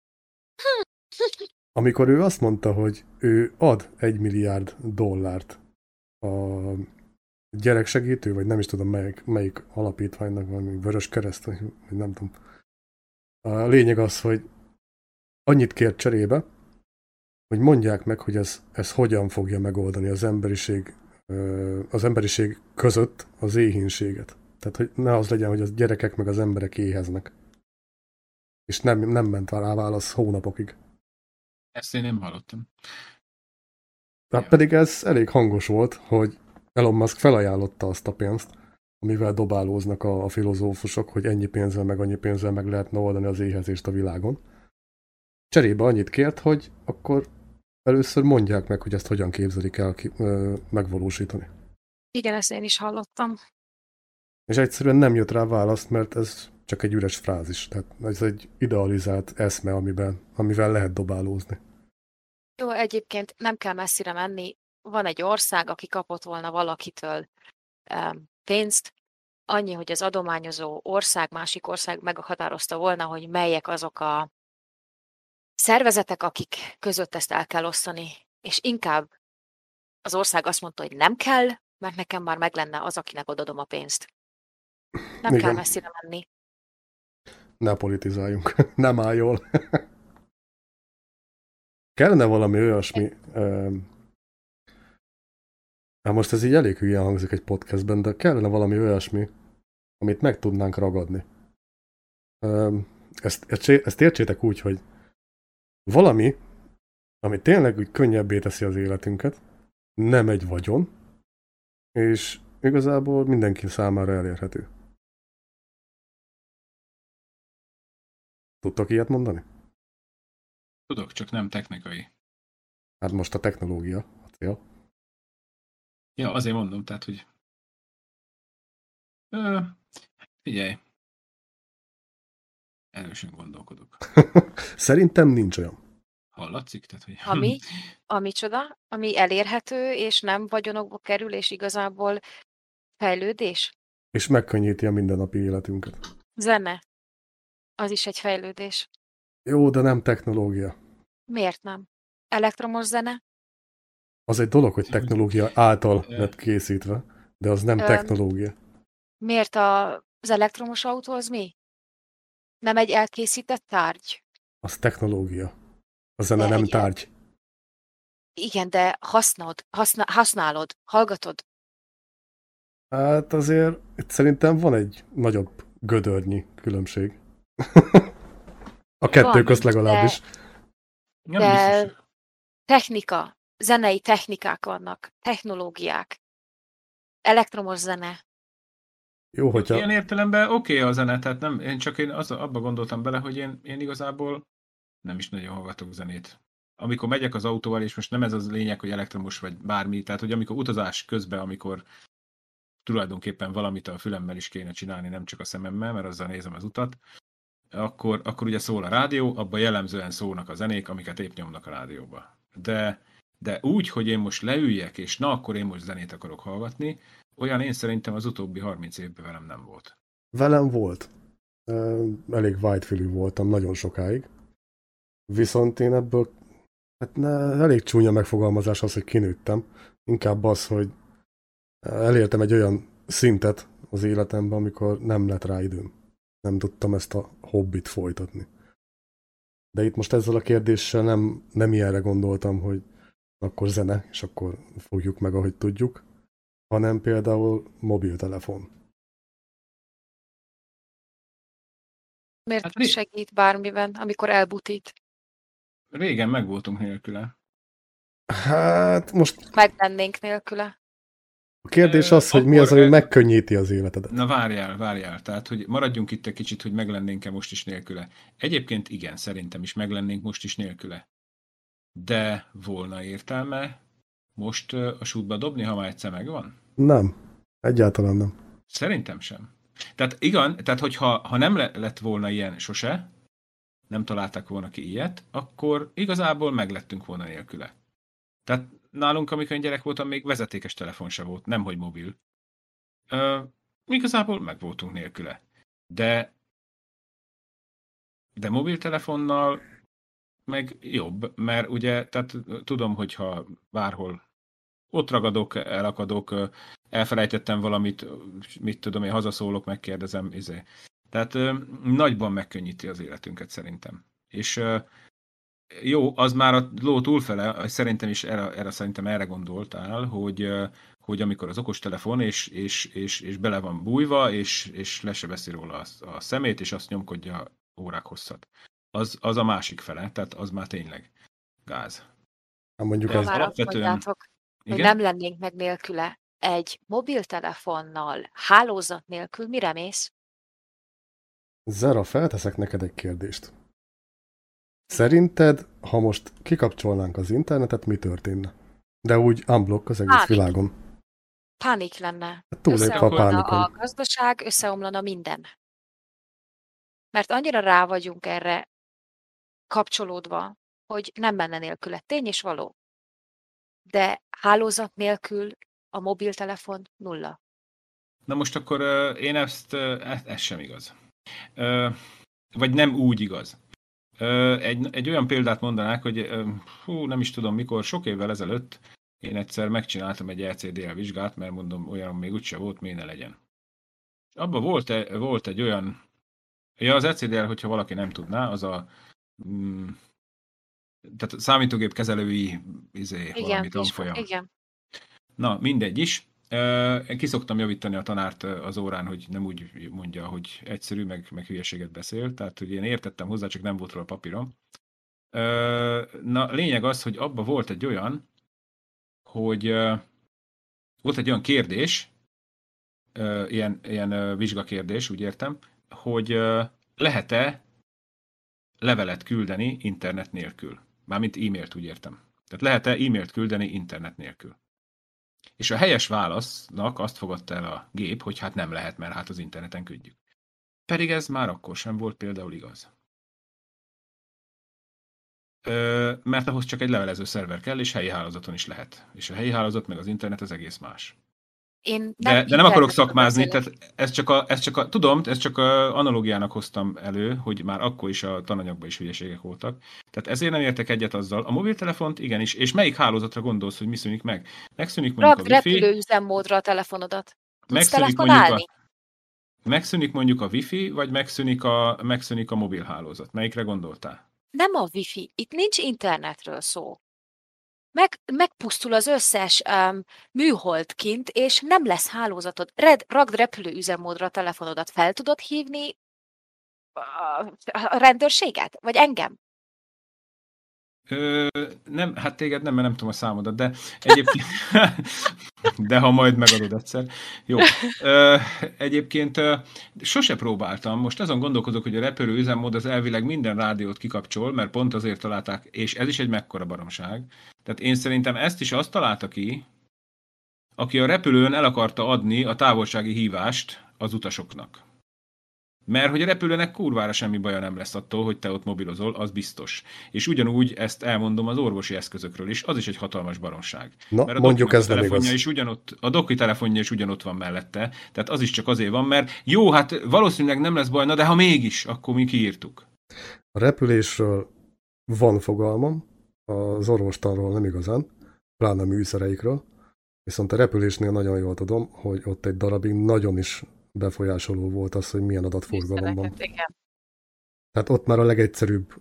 Amikor ő azt mondta, hogy ő ad $1 milliárd a gyereksegítő, vagy nem is tudom melyik alapítványnak, valami Vörös Kereszt, vagy nem tudom. A lényeg az, hogy annyit kér cserébe, hogy mondják meg, hogy ez hogyan fogja megoldani az emberiség között az éhínséget. Tehát, hogy ne az legyen, hogy a gyerekek meg az emberek éheznek. És nem ment rá válasz hónapokig. Ezt én nem hallottam. Hát Ja. pedig ez elég hangos volt, hogy Elon Musk felajánlotta azt a pénzt, amivel dobálóznak a filozófusok, hogy ennyi pénzzel meg annyi pénzzel meg lehetne oldani az éhezést a világon. Cserébe annyit kért, hogy akkor először mondják meg, hogy ezt hogyan képzelik el megvalósítani. Igen, ezt én is hallottam. És egyszerűen nem jött rá választ, mert ez csak egy üres frázis. Tehát ez egy idealizált eszme, amivel lehet dobálózni. Jó, egyébként nem kell messzire menni. Van egy ország, aki kapott volna valakitől pénzt, annyi, hogy az adományozó ország, másik ország meghatározta volna, hogy melyek azok a szervezetek, akik között ezt el kell osztani. És inkább az ország azt mondta, hogy nem kell, mert nekem már meg lenne az, akinek odadom a pénzt. Nem kell messzire menni. Ne politizáljunk. Nem áll jól. Kellene valami olyasmi... most ez így elég hülyen hangzik egy podcastben, de kellene valami olyasmi, amit meg tudnánk ragadni. Ezt értsétek úgy, hogy valami, ami tényleg úgy könnyebbé teszi az életünket, nem egy vagyon, és igazából mindenki számára elérhető. Tudtok ilyet mondani? Tudok, csak nem technikai. Hát most a technológia a cél. Ja, azért mondom, tehát, hogy figyelj, erősen gondolkodok. Szerintem nincs olyan. Hallatszik? Tehát, hogy... Amicsoda, ami elérhető, és nem vagyonokba kerül, és igazából fejlődés? És megkönnyíti a mindennapi életünket. Zene. Az is egy fejlődés. Jó, de nem technológia. Miért nem? Elektromos zene? Az egy dolog, hogy technológia által lett készítve, de az nem technológia. Miért az elektromos autó az mi? Nem egy elkészített tárgy? Az technológia. A zene nem tárgy. Igen, de használod, hallgatod. Hát azért itt szerintem van egy nagyobb gödörnyi különbség. A kettő közt legalábbis. De technika, zenei technikák vannak, technológiák, elektromos zene. Jó, hogyha... Ilyen értelemben oké a zene, tehát nem, én abba gondoltam bele, hogy én igazából nem is nagyon hallgatok zenét. Amikor megyek az autóval, és most nem ez az lényeg, hogy elektromos vagy bármi, tehát hogy amikor utazás közben, amikor tulajdonképpen valamit a fülemmel is kéne csinálni, nem csak a szememmel, mert azzal nézem az utat, akkor ugye szól a rádió, abban jellemzően szólnak a zenék, amiket épp nyomnak a rádióba. De úgy, hogy én most leüljek, és na, akkor én most zenét akarok hallgatni, olyan én szerintem az utóbbi 30 évben velem nem volt. Velem volt. Elég whitefülű voltam nagyon sokáig. Viszont én ebből elég csúnya megfogalmazás az, hogy kinőttem. Inkább az, hogy elértem egy olyan szintet az életemben, amikor nem lett rá időm. Nem tudtam ezt a hobbit folytatni. De itt most ezzel a kérdéssel nem ilyenre gondoltam, hogy akkor zene, és akkor fogjuk meg, ahogy tudjuk, hanem például mobiltelefon. Miért segít bármiben, amikor elbutít? Régen megvoltunk nélküle. Hát most... Meglennénk nélküle. A kérdés az, hogy mi az, ami megkönnyíti az életedet. Na várjál. Tehát, hogy maradjunk itt egy kicsit, hogy meglennénk-e most is nélküle. Egyébként igen, szerintem is meglennénk most is nélküle. De volna értelme most a sútba dobni, ha már egyszer megvan? Nem. Egyáltalán nem. Szerintem sem. Tehát igen, tehát hogyha nem lett volna ilyen sose, nem találtak volna ki ilyet, akkor igazából meglettünk volna nélküle. Tehát nálunk, amikor én gyerek voltam, még vezetékes telefon se volt, nemhogy mobil. Igazából meg voltunk nélküle. De mobiltelefonnal meg jobb, mert ugye, tehát tudom, hogyha bárhol ott ragadok, elakadok, elfelejtettem valamit, mit tudom, én hazaszólok, megkérdezem, Tehát nagyban megkönnyíti az életünket szerintem. És jó, az már a ló túlfele, szerintem is erre gondoltál, hogy amikor az okostelefon és bele van bújva, és le se veszi róla a szemét, és azt nyomkodja órák hosszat. Az a másik fele, tehát az már tényleg gáz. Hát mondjuk Ha ez már azt Alapvetően... mondjátok, hogy Igen? nem lennénk meg nélküle, egy mobiltelefonnal, hálózat nélkül mire mész? Zara, felteszek neked egy kérdést. Szerinted, ha most kikapcsolnánk az internetet, mi történne? De úgy unblock az egész Pánik. világon. Pánik lenne. Hát túlépve a Összeomlana pánikon. a gazdaság, összeomlana minden. Mert annyira rá vagyunk erre kapcsolódva, hogy nem menne nélküle. Tény és való. De hálózat nélkül a mobiltelefon nulla. Na most akkor én ez sem igaz. Vagy nem úgy igaz. Egy olyan példát mondanák, hogy nem is tudom mikor, sok évvel ezelőtt én egyszer megcsináltam egy ECDL vizsgát, mert mondom, olyan még úgyse volt, miért ne legyen. Abban volt egy olyan, az ECDL, hogyha valaki nem tudná, az tehát számítógép kezelői valami tanfolyam. Igen. Na, mindegy is. Én ki szoktam javítani a tanárt az órán, hogy nem úgy mondja, hogy egyszerű, meg hülyeséget beszél. Tehát, hogy én értettem hozzá, csak nem volt róla papírom. Na, lényeg az, hogy abban volt egy olyan, hogy volt egy olyan kérdés, ilyen vizsgakérdés, úgy értem, hogy lehet-e levelet küldeni internet nélkül? Mármint e-mailt, úgy értem. Tehát lehet-e e-mailt küldeni internet nélkül? És a helyes válasznak azt fogadta el a gép, hogy hát nem lehet, mert hát az interneten küldjük. Pedig ez már akkor sem volt például igaz. Mert ahhoz csak egy levelező szerver kell, és helyi hálózaton is lehet. És a helyi hálózat meg az internet az egész más. De nem akarok szakmázni, tehát ez csak a analógiának hoztam elő, hogy már akkor is a tananyagban is hülyeségek voltak. Tehát ezért nem értek egyet azzal. A mobiltelefont igenis, és melyik hálózatra gondolsz, hogy mi szűnik meg? Megszűnik mondjuk Rakd a wifi. repülő üzemmódra a telefonodat. Tudsz Megszűnik mondjuk a wifi, vagy megszűnik a mobilhálózat? Melyikre gondoltál? Nem a wifi. Itt nincs internetről szó. Megpusztul az összes műhold kint, és nem lesz hálózatod. Rakd repülő üzemmódra a telefonodat. Fel tudod hívni a rendőrséget? Vagy engem? Nem, hát téged nem, mert nem tudom a számodat, de egyébként... de ha majd megadod egyszer. Jó. Egyébként sose próbáltam. Most azon gondolkodok, hogy a repülő üzemmód az elvileg minden rádiót kikapcsol, mert pont azért találták, és ez is egy mekkora baromság. Tehát én szerintem ezt is azt találta ki, aki a repülőn el akarta adni a távolsági hívást az utasoknak. Mert hogy a repülőnek kurvára semmi baja nem lesz attól, hogy te ott mobilozol, az biztos. És ugyanúgy ezt elmondom az orvosi eszközökről is, az is egy hatalmas baromság. Na, mert a mondjuk ez nem igaz. A doki telefonja is ugyanott van mellette, tehát az is csak azért van, mert jó, hát valószínűleg nem lesz baj, de ha mégis, akkor mi kiírtuk. A repülésről van fogalmam, az orvostanról nem igazán, pláne a műszereikről, viszont a repülésnél nagyon jól tudom, hogy ott egy darabig nagyon is befolyásoló volt az, hogy milyen adatforgalom van. Igen. Tehát ott már a legegyszerűbb.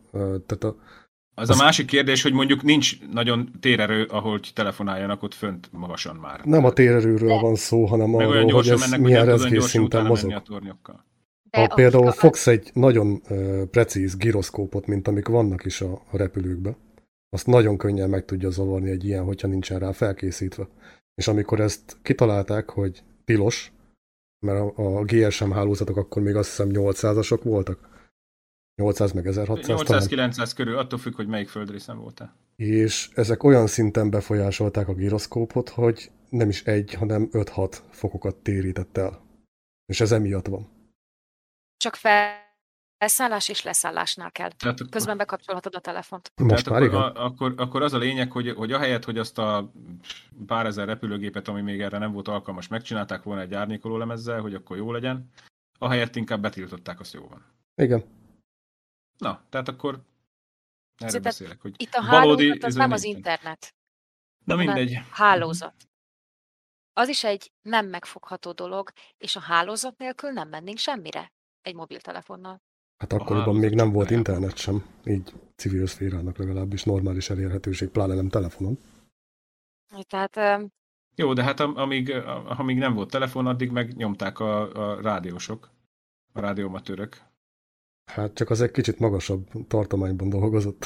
Az a másik kérdés, hogy mondjuk nincs nagyon térerő, ahol telefonáljanak ott fönt magasan már. Nem a térerőről van szó, hanem arról, hogy ez milyen rezgésszinten mozog. Ha például fogsz egy nagyon precíz giroszkópot, mint amik vannak is a repülőkben, azt nagyon könnyen meg tudja zavarni egy ilyen, hogyha nincsen rá felkészítve. És amikor ezt kitalálták, hogy tilos, mert a GSM hálózatok akkor még azt hiszem 800-asok voltak. 800 meg 1600 800-900 körül, attól függ, hogy melyik földrészen voltál. És ezek olyan szinten befolyásolták a giroszkópot, hogy nem is 1, hanem 5-6 fokokat térített el. És ez emiatt van. Csak felszállás és leszállásnál kell. Közben bekapcsolhatod a telefont. Most már igen. Akkor az a lényeg, hogy ahelyett, hogy azt a pár ezer repülőgépet, ami még erre nem volt alkalmas, megcsinálták volna egy árnyékoló lemezzel, hogy akkor jó legyen, ahelyett inkább betiltották, azt jó van. Igen. Na, tehát akkor erről beszélek, hogy itt a hálózat az nem az internet. Na mindegy. Hálózat. Az is egy nem megfogható dolog, és a hálózat nélkül nem mennénk semmire egy mobiltelefonnal. Hát akkoriban még nem volt internet sem, így civil szférának legalábbis normális elérhetőség, pláne nem telefonon. Tehát... Jó, de hát amíg nem volt telefon, addig megnyomták a rádiósok, a rádiómatőrök. Hát csak az egy kicsit magasabb tartományban dolgozott.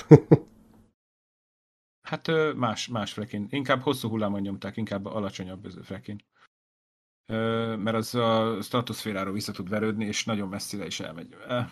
Hát más frekin. Inkább hosszú hullámon nyomták, inkább alacsonyabb frekin. Mert az a stratoszféráról vissza tud verődni, és nagyon messzire is elmegy.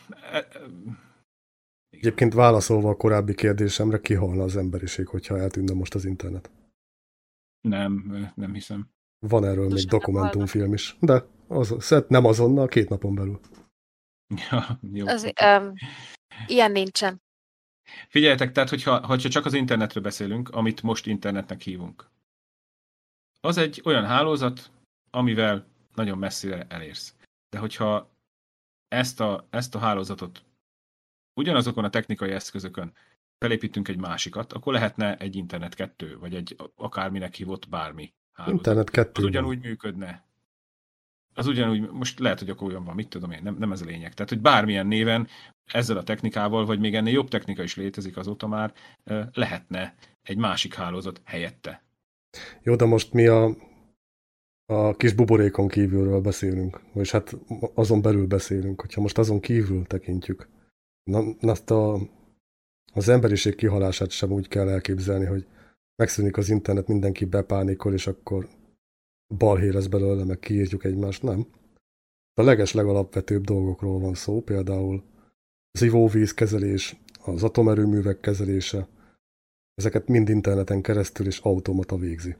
Egyébként válaszolva a korábbi kérdésemre, kihalna az emberiség, hogyha eltűnne most az internet. Nem hiszem. Van erről még dokumentumfilm is, de nem azonnal, 2 napon belül. Ja, jó. Ilyen nincsen. Figyeljetek, tehát, hogyha csak az internetről beszélünk, amit most internetnek hívunk. Az egy olyan hálózat, amivel nagyon messzire elérsz. De hogyha ezt a hálózatot ugyanazokon a technikai eszközökön felépítünk egy másikat, akkor lehetne egy internet 2, vagy egy akárminek hívott bármi hálózat. Internet 2. Az ugyanúgy működne. Az ugyanúgy, most lehet, hogy akkor olyan van, mit tudom én, nem ez a lényeg. Tehát, hogy bármilyen néven, ezzel a technikával, vagy még ennél jobb technika is létezik azóta már, lehetne egy másik hálózat helyette. Jó, de most mi a kis buborékon kívülről beszélünk, vagyis hát azon belül beszélünk, hogyha most azon kívül tekintjük. Azt az emberiség kihalását sem úgy kell elképzelni, hogy megszűnik az internet, mindenki bepánikol, és akkor balhé lesz belőle, meg kiírtjuk egymást, nem. A legalapvetőbb dolgokról van szó, például az ivóvízkezelés, az atomerőművek kezelése, ezeket mind interneten keresztül és automata végzi.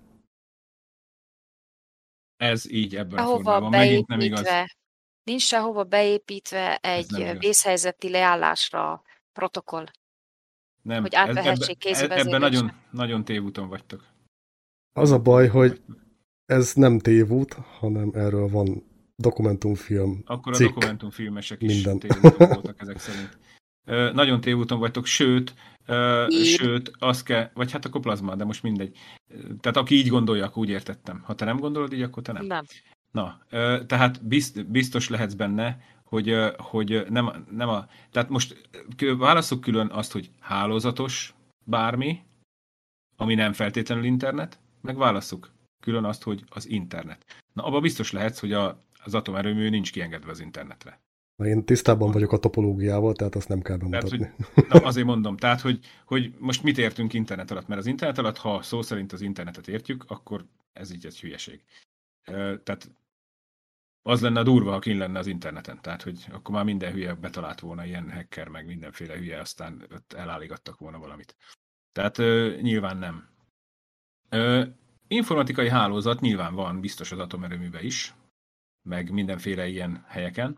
Ez így ebben a formában megint nem igaz. Nincs sehova beépítve egy vészhelyzeti leállásra protokoll. Nem, hogy átvehessék kézivezérlésre. Ebben nagyon, nagyon tévúton vagytok. Az a baj, hogy ez nem tévút, hanem erről van dokumentumfilm, akkor a cikk, dokumentumfilmesek is minden. tévúton voltak ezek szerint. Nagyon tévúton vagytok, sőt, az kell, vagy hát akkor plazma, de most mindegy. Tehát aki így gondolja, akkor úgy értettem. Ha te nem gondolod így, akkor te nem. Nem. Na, tehát biztos lehetsz benne, hogy nem a... Tehát most válasszuk külön azt, hogy hálózatos bármi, ami nem feltétlenül internet, meg válasszuk külön azt, hogy az internet. Na, abban biztos lehetsz, hogy az atomerőmű nincs kiengedve az internetre. Na, én tisztában vagyok a topológiával, tehát azt nem kell bemutatni. Tehát, na, azért mondom, tehát, hogy most mit értünk internet alatt, mert az internet alatt, ha szó szerint az internetet értjük, akkor ez így egy hülyeség. Tehát az lenne a durva, ha kint lenne az interneten. Tehát, hogy akkor már minden hülye betalált volna, ilyen hacker, meg mindenféle hülye, aztán elállígattak volna valamit. Tehát nyilván nem. Informatikai hálózat nyilván van, biztos az atomerőműben is, meg mindenféle ilyen helyeken,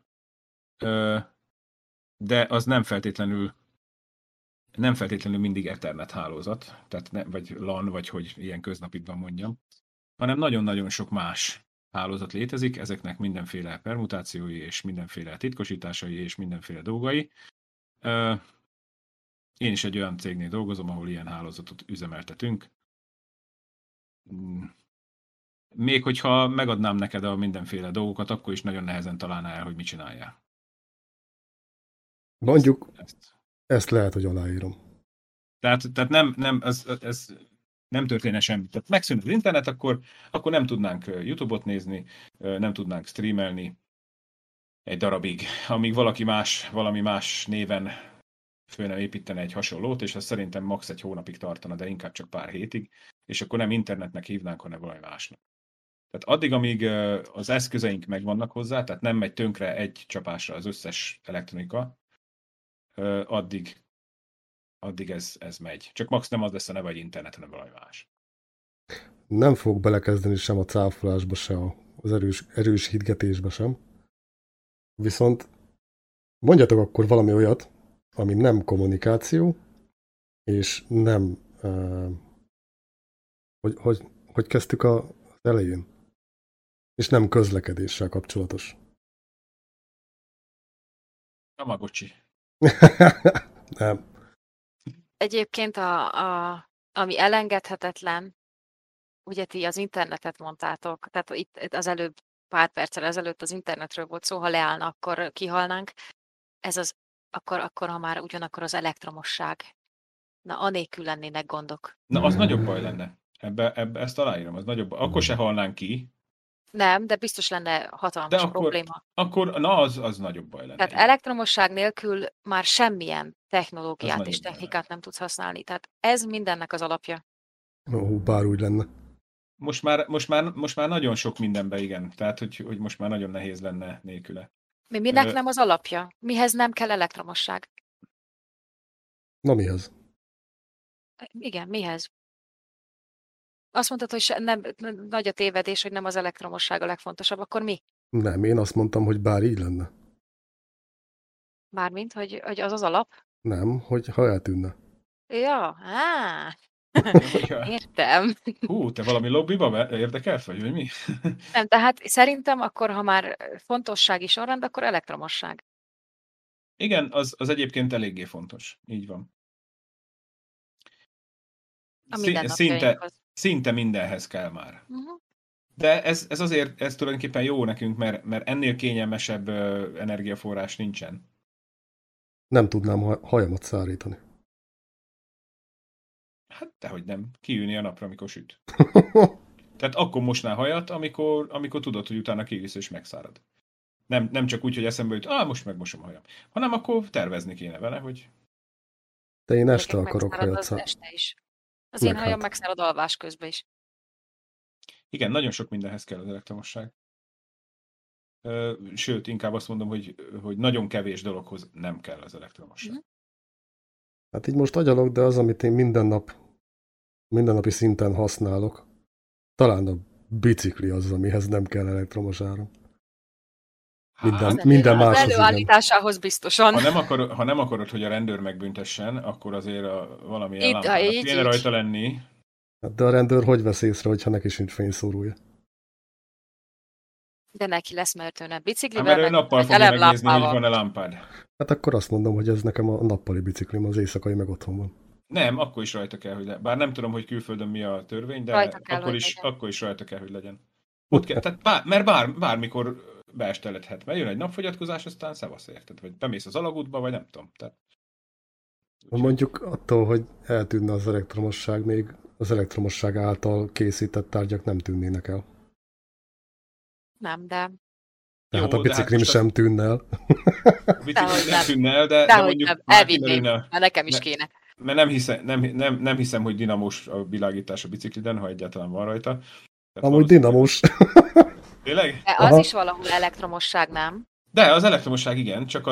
de az nem feltétlenül mindig Ethernet hálózat, tehát vagy LAN, vagy hogy ilyen köznapitban mondjam, hanem nagyon-nagyon sok más hálózat létezik, ezeknek mindenféle permutációi, és mindenféle titkosításai, és mindenféle dolgai. Én is egy olyan cégnél dolgozom, ahol ilyen hálózatot üzemeltetünk. Még hogyha megadnám neked a mindenféle dolgokat, akkor is nagyon nehezen találnál el, hogy mit csináljál. Mondjuk, ezt lehet, hogy aláírom. Tehát ez nem történne semmi. Tehát megszűnt az internet, akkor nem tudnánk YouTube-ot nézni, nem tudnánk streamelni egy darabig, amíg valami más néven föl nem építene egy hasonlót, és az szerintem max. Egy hónapig tartana, de inkább csak pár hétig, és akkor nem internetnek hívnánk, hanem valami másnak. Tehát addig, amíg az eszközeink megvannak hozzá, tehát nem megy tönkre egy csapásra az összes elektronika, addig ez megy. Csak max nem az lesz a neve, hogy internet, hanem valami más. Nem fogok belekezdeni sem a cáfolásba, se az erős hidgetésbe sem. Viszont mondjatok akkor valami olyat, ami nem kommunikáció, és nem... hogy kezdtük az elején? És nem közlekedéssel kapcsolatos. Tamagocsi. Nem. Egyébként ami elengedhetetlen, ugye ti az internetet mondtátok, tehát itt az előbb, pár perccel ezelőtt az internetről volt szó, ha leállna, akkor kihalnánk. Ez akkor ha már ugyanakkor az elektromosság. Na, anélkül lennének gondok. Na, az nagyobb baj lenne. Ebbe ezt aláírom, az nagyobb baj. Akkor se halnánk ki, Nem, de biztos lenne De hatalmas probléma. akkor na az nagyobb baj lenne. Tehát Igen. elektromosság nélkül már semmilyen Az technológiát és nagyobb baj technikát nem tudsz használni. Tehát ez mindennek az alapja. Ó, bár úgy lenne. Most már nagyon sok mindenben, igen. Tehát, hogy most már nagyon nehéz lenne nélküle. Minek Ö, nem az alapja? Mihez nem kell elektromosság? Na mihez? Igen, mihez? Azt mondtad, hogy nem, nagy a tévedés, hogy nem az elektromosság a legfontosabb. Akkor mi? Nem, én azt mondtam, hogy bár így lenne. Mármint, hogy az az alap? Nem, hogy ha eltűnne. Ja, ja. értem. Hú, te valami lobbyba érdekelsz, vagy mi? Nem, tehát szerintem akkor, ha már fontossági sorrend, akkor elektromosság. Igen, az egyébként eléggé fontos. Így van. A Szinte, mindennapjainkhoz. szinte mindenhez kell már. Uh-huh. De ez azért, ez tulajdonképpen jó nekünk, mert ennél kényelmesebb energiaforrás nincsen. Nem tudnám hajamat szárítani. Hát dehogy nem. Kiülni a napra, amikor süt. Tehát akkor mosnál hajat, amikor tudod, hogy utána kiülsz és megszárad. Nem csak úgy, hogy eszembe jut, most megmosom a hajam. Hanem akkor tervezni kéne vele, hogy De én este Gyerekek, akarok megszárad hajat az szárítani. este is. Az én Meg hajam hát. megszárad alvás közben is. igen, nagyon sok mindenhez kell az elektromosság. Sőt, inkább azt mondom, hogy nagyon kevés dologhoz nem kell az elektromosság. Mhm. Hát így most agyalok, de az, amit én mindennapi szinten használok, talán a bicikli az, amihez nem kell elektromos áram. Minden Az máshoz igen. előállításához biztosan. Ha nem akarod, hogy a rendőr megbüntessen, akkor azért valamilyen Itt, lámpának így, kéne így. rajta lenni. Hát de a rendőr hogy vesz észre, hogyha neki sincs fényszórója? De neki lesz, mert ő nem Hát biciklivel mert ő megy, nappal meg fogja megnézni, hogy elemlámpával. van-e lámpád. Hát akkor azt mondom, hogy ez nekem a nappali biciklim, az éjszakai meg otthon van. Nem, akkor is rajta kell, hogy bár nem tudom, hogy külföldön mi a törvény, de Rajta kell, hogy legyen. akkor is rajta kell, hogy legyen. Ott kell, tehát bármikor beesteledhet, mert jön egy napfogyatkozás, aztán szevasz, érted? Vagy bemész az alagútba, vagy nem tudom. Tehát, Mondjuk attól, hogy eltűnne az elektromosság, még az elektromosság által készített tárgyak nem tűnnének el. Nem, de... Tehát Jó, a de hát biciklim most sem tűnne el. a bicikli Dehogy nem nem. tűnne el, de Dehogy mondjuk nem, már elvinném, kimerülne, mert nekem is kéne. mert nem hiszem, hogy dinamós a bicikliden, ha egyáltalán van rajta. Tehát Amúgy dinamós. Tényleg? De az Aha. is valahol elektromosság, nem? De az elektromosság igen, csak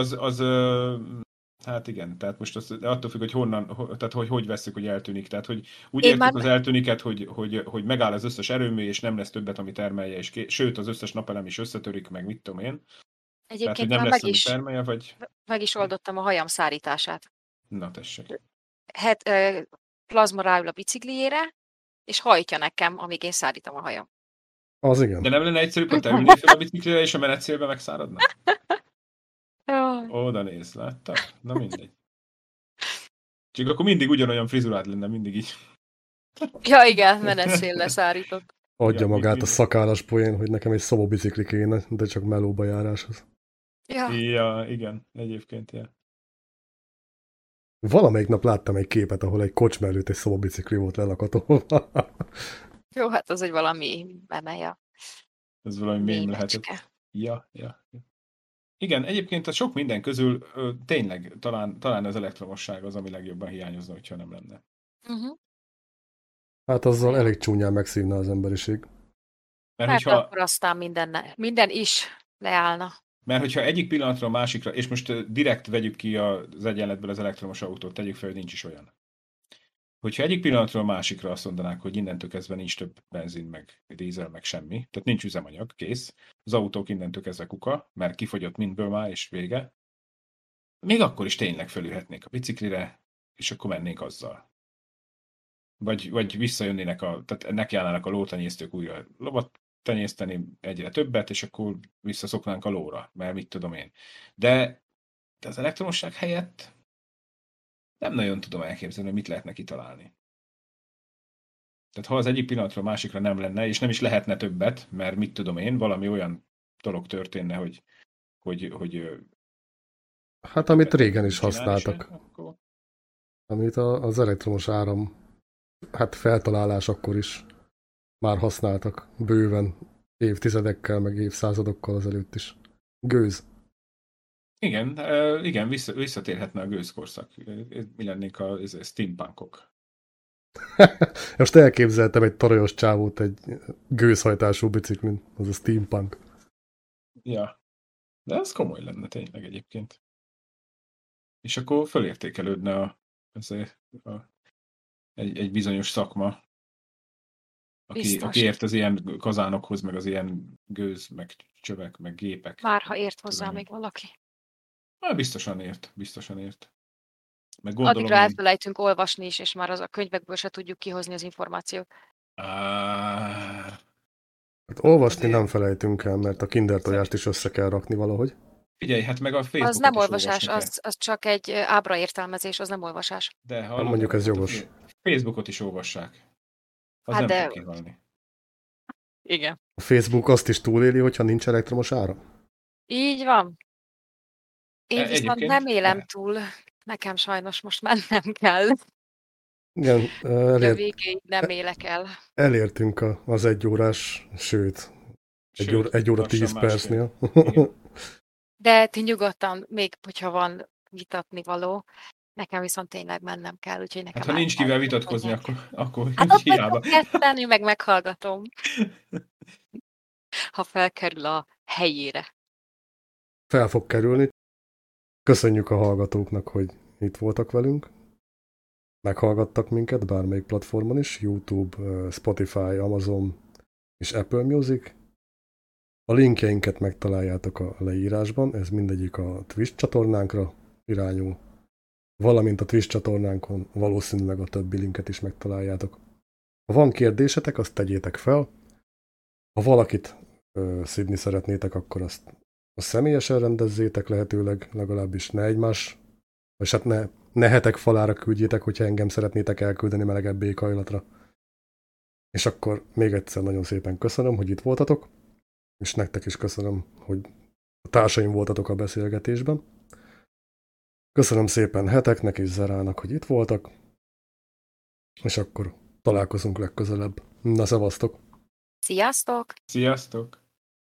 hát igen, tehát most attól függ, hogy tehát hogy vesszük, hogy eltűnik. Tehát, hogy úgy Én értjük már- az eltűniket, hogy megáll az összes erőmű, és nem lesz többet, ami termelje, és sőt, az összes napelem is összetörik, meg mit tudom én. Tehát, hogy Egyébként nem már lesz, ami termelje, vagy... meg is oldottam a hajam szárítását. Na, tessék. Plazma ráül a bicikliére, és hajtja nekem, amíg én szárítom a hajam. Az igen. De nem lenne egyszerűbb, ha te ülnél fel a biciklire, és a menetszélbe megszáradna? Jaj. Oda néz, láttak? Na mindegy. Csak akkor mindig ugyanolyan frizurád lenne, mindig így. Ja, igen, menetszéllel szárított. Adja Ja, magát a mindig. szakállas poén, hogy nekem egy szobabicikli kéne, de csak melóba járáshoz. Ja. Ja, igen, egyébként, ja. Valamelyik nap láttam egy képet, ahol egy kocsma előtt egy szobabicikli volt lelakatolva. Jó, hát az egy valami memelja. Ez valami mém lehetett. Mémecske. Ja. Igen, egyébként a sok minden közül tényleg talán az elektromosság az, ami legjobban hiányozna, hogyha nem lenne. Uh-huh. Hát azzal elég csúnyán megszívna az emberiség. Mert Mert hogyha, akkor aztán minden is leállna. mert hogyha egyik pillanatra a másikra, és most direkt vegyük ki az egyenletből az elektromos autót, tegyük fel, hogy nincs is olyan. Hogyha egyik pillanatról a másikra azt mondanák, hogy innentől kezdve nincs több benzin, meg dízel, meg semmi, tehát nincs üzemanyag, kész. Az autók innentől kezdve kuka, mert kifogyott mindből már, és vége. Még akkor is tényleg fölülhetnék a biciklire, és akkor mennénk azzal. Vagy visszajönnének, tehát nekiállnának a lótenyésztők újra lovat tenyészteni egyre többet, és akkor visszaszoknánk a lóra, mert mit tudom én. De az elektromosság helyett nem nagyon tudom elképzelni, hogy mit lehetne kitalálni. Tehát ha az egyik pillanatról a másikra nem lenne, és nem is lehetne többet, mert mit tudom én, valami olyan dolog történne, hogy Hát amit régen is csinálni használtak. se, akkor... Amit az elektromos áram, hát feltalálás akkor is már használtak bőven. évtizedekkel, meg évszázadokkal azelőtt is. Gőz. Igen, visszatérhetne a gőzkorszak. Mi lennénk a steampunkok. Most elképzeltem egy tarajos csávót egy gőzhajtású biciklin, az a steampunk. Ja, de ez komoly lenne tényleg egyébként. És akkor fölértékelődne egy bizonyos szakma, aki ért az ilyen kazánokhoz, meg az ilyen gőz, meg csövek, meg gépek. Már ha ért hozzá még valaki. Biztosan ért. Meg Addigra gondolom, elfelejtünk olvasni is, és már az a könyvekből se tudjuk kihozni az információt. Hát olvasni nem felejtünk el, mert a kinder tojást is össze kell rakni valahogy. Figyelj, hát meg a Facebookot Az nem is olvasás, olvasni kell. az csak egy ábraértelmezés, az nem olvasás. De Nem mondjuk ez jogos. Facebookot is olvassák. Az Hát nem de- fog kihalni. Igen. A Facebook azt is túléli, hogyha nincs elektromos áram? Így van. Én viszont Egyébként nem élem lehet. túl. Nekem sajnos most mennem kell. Igen, A végéig nem élek el. elértünk az 1 órás, sőt, egy óra 10 lassan percnél. Igen. De ti nyugodtan, még hogyha van vitatni való, nekem viszont tényleg mennem kell, úgyhogy nekem Hát ha nincs kivel vitatkozni, menjek. akkor Hát ott hiába. meg ketten, én meg meghallgatom. Ha felkerül a helyére. Fel fog kerülni. Köszönjük a hallgatóknak, hogy itt voltak velünk. Meghallgattak minket bármelyik platformon is, YouTube, Spotify, Amazon és Apple Music. A linkjeinket megtaláljátok a leírásban, ez mindegyik a Twitch csatornánkra irányul, valamint a Twitch csatornánkon valószínűleg a többi linket is megtaláljátok. Ha van kérdésetek, azt tegyétek fel. Ha valakit szidni szeretnétek, akkor azt személyesen rendezzétek lehetőleg, legalábbis ne egymás, vagy hát ne hetek falára küldjétek, hogyha engem szeretnétek elküldeni melegebb éghajlatra. És akkor még egyszer nagyon szépen köszönöm, hogy itt voltatok, és nektek is köszönöm, hogy a társaim voltatok a beszélgetésben. Köszönöm szépen Heteknek és Zerának, hogy itt voltak, és akkor találkozunk legközelebb. Na, szevasztok! Sziasztok! Sziasztok!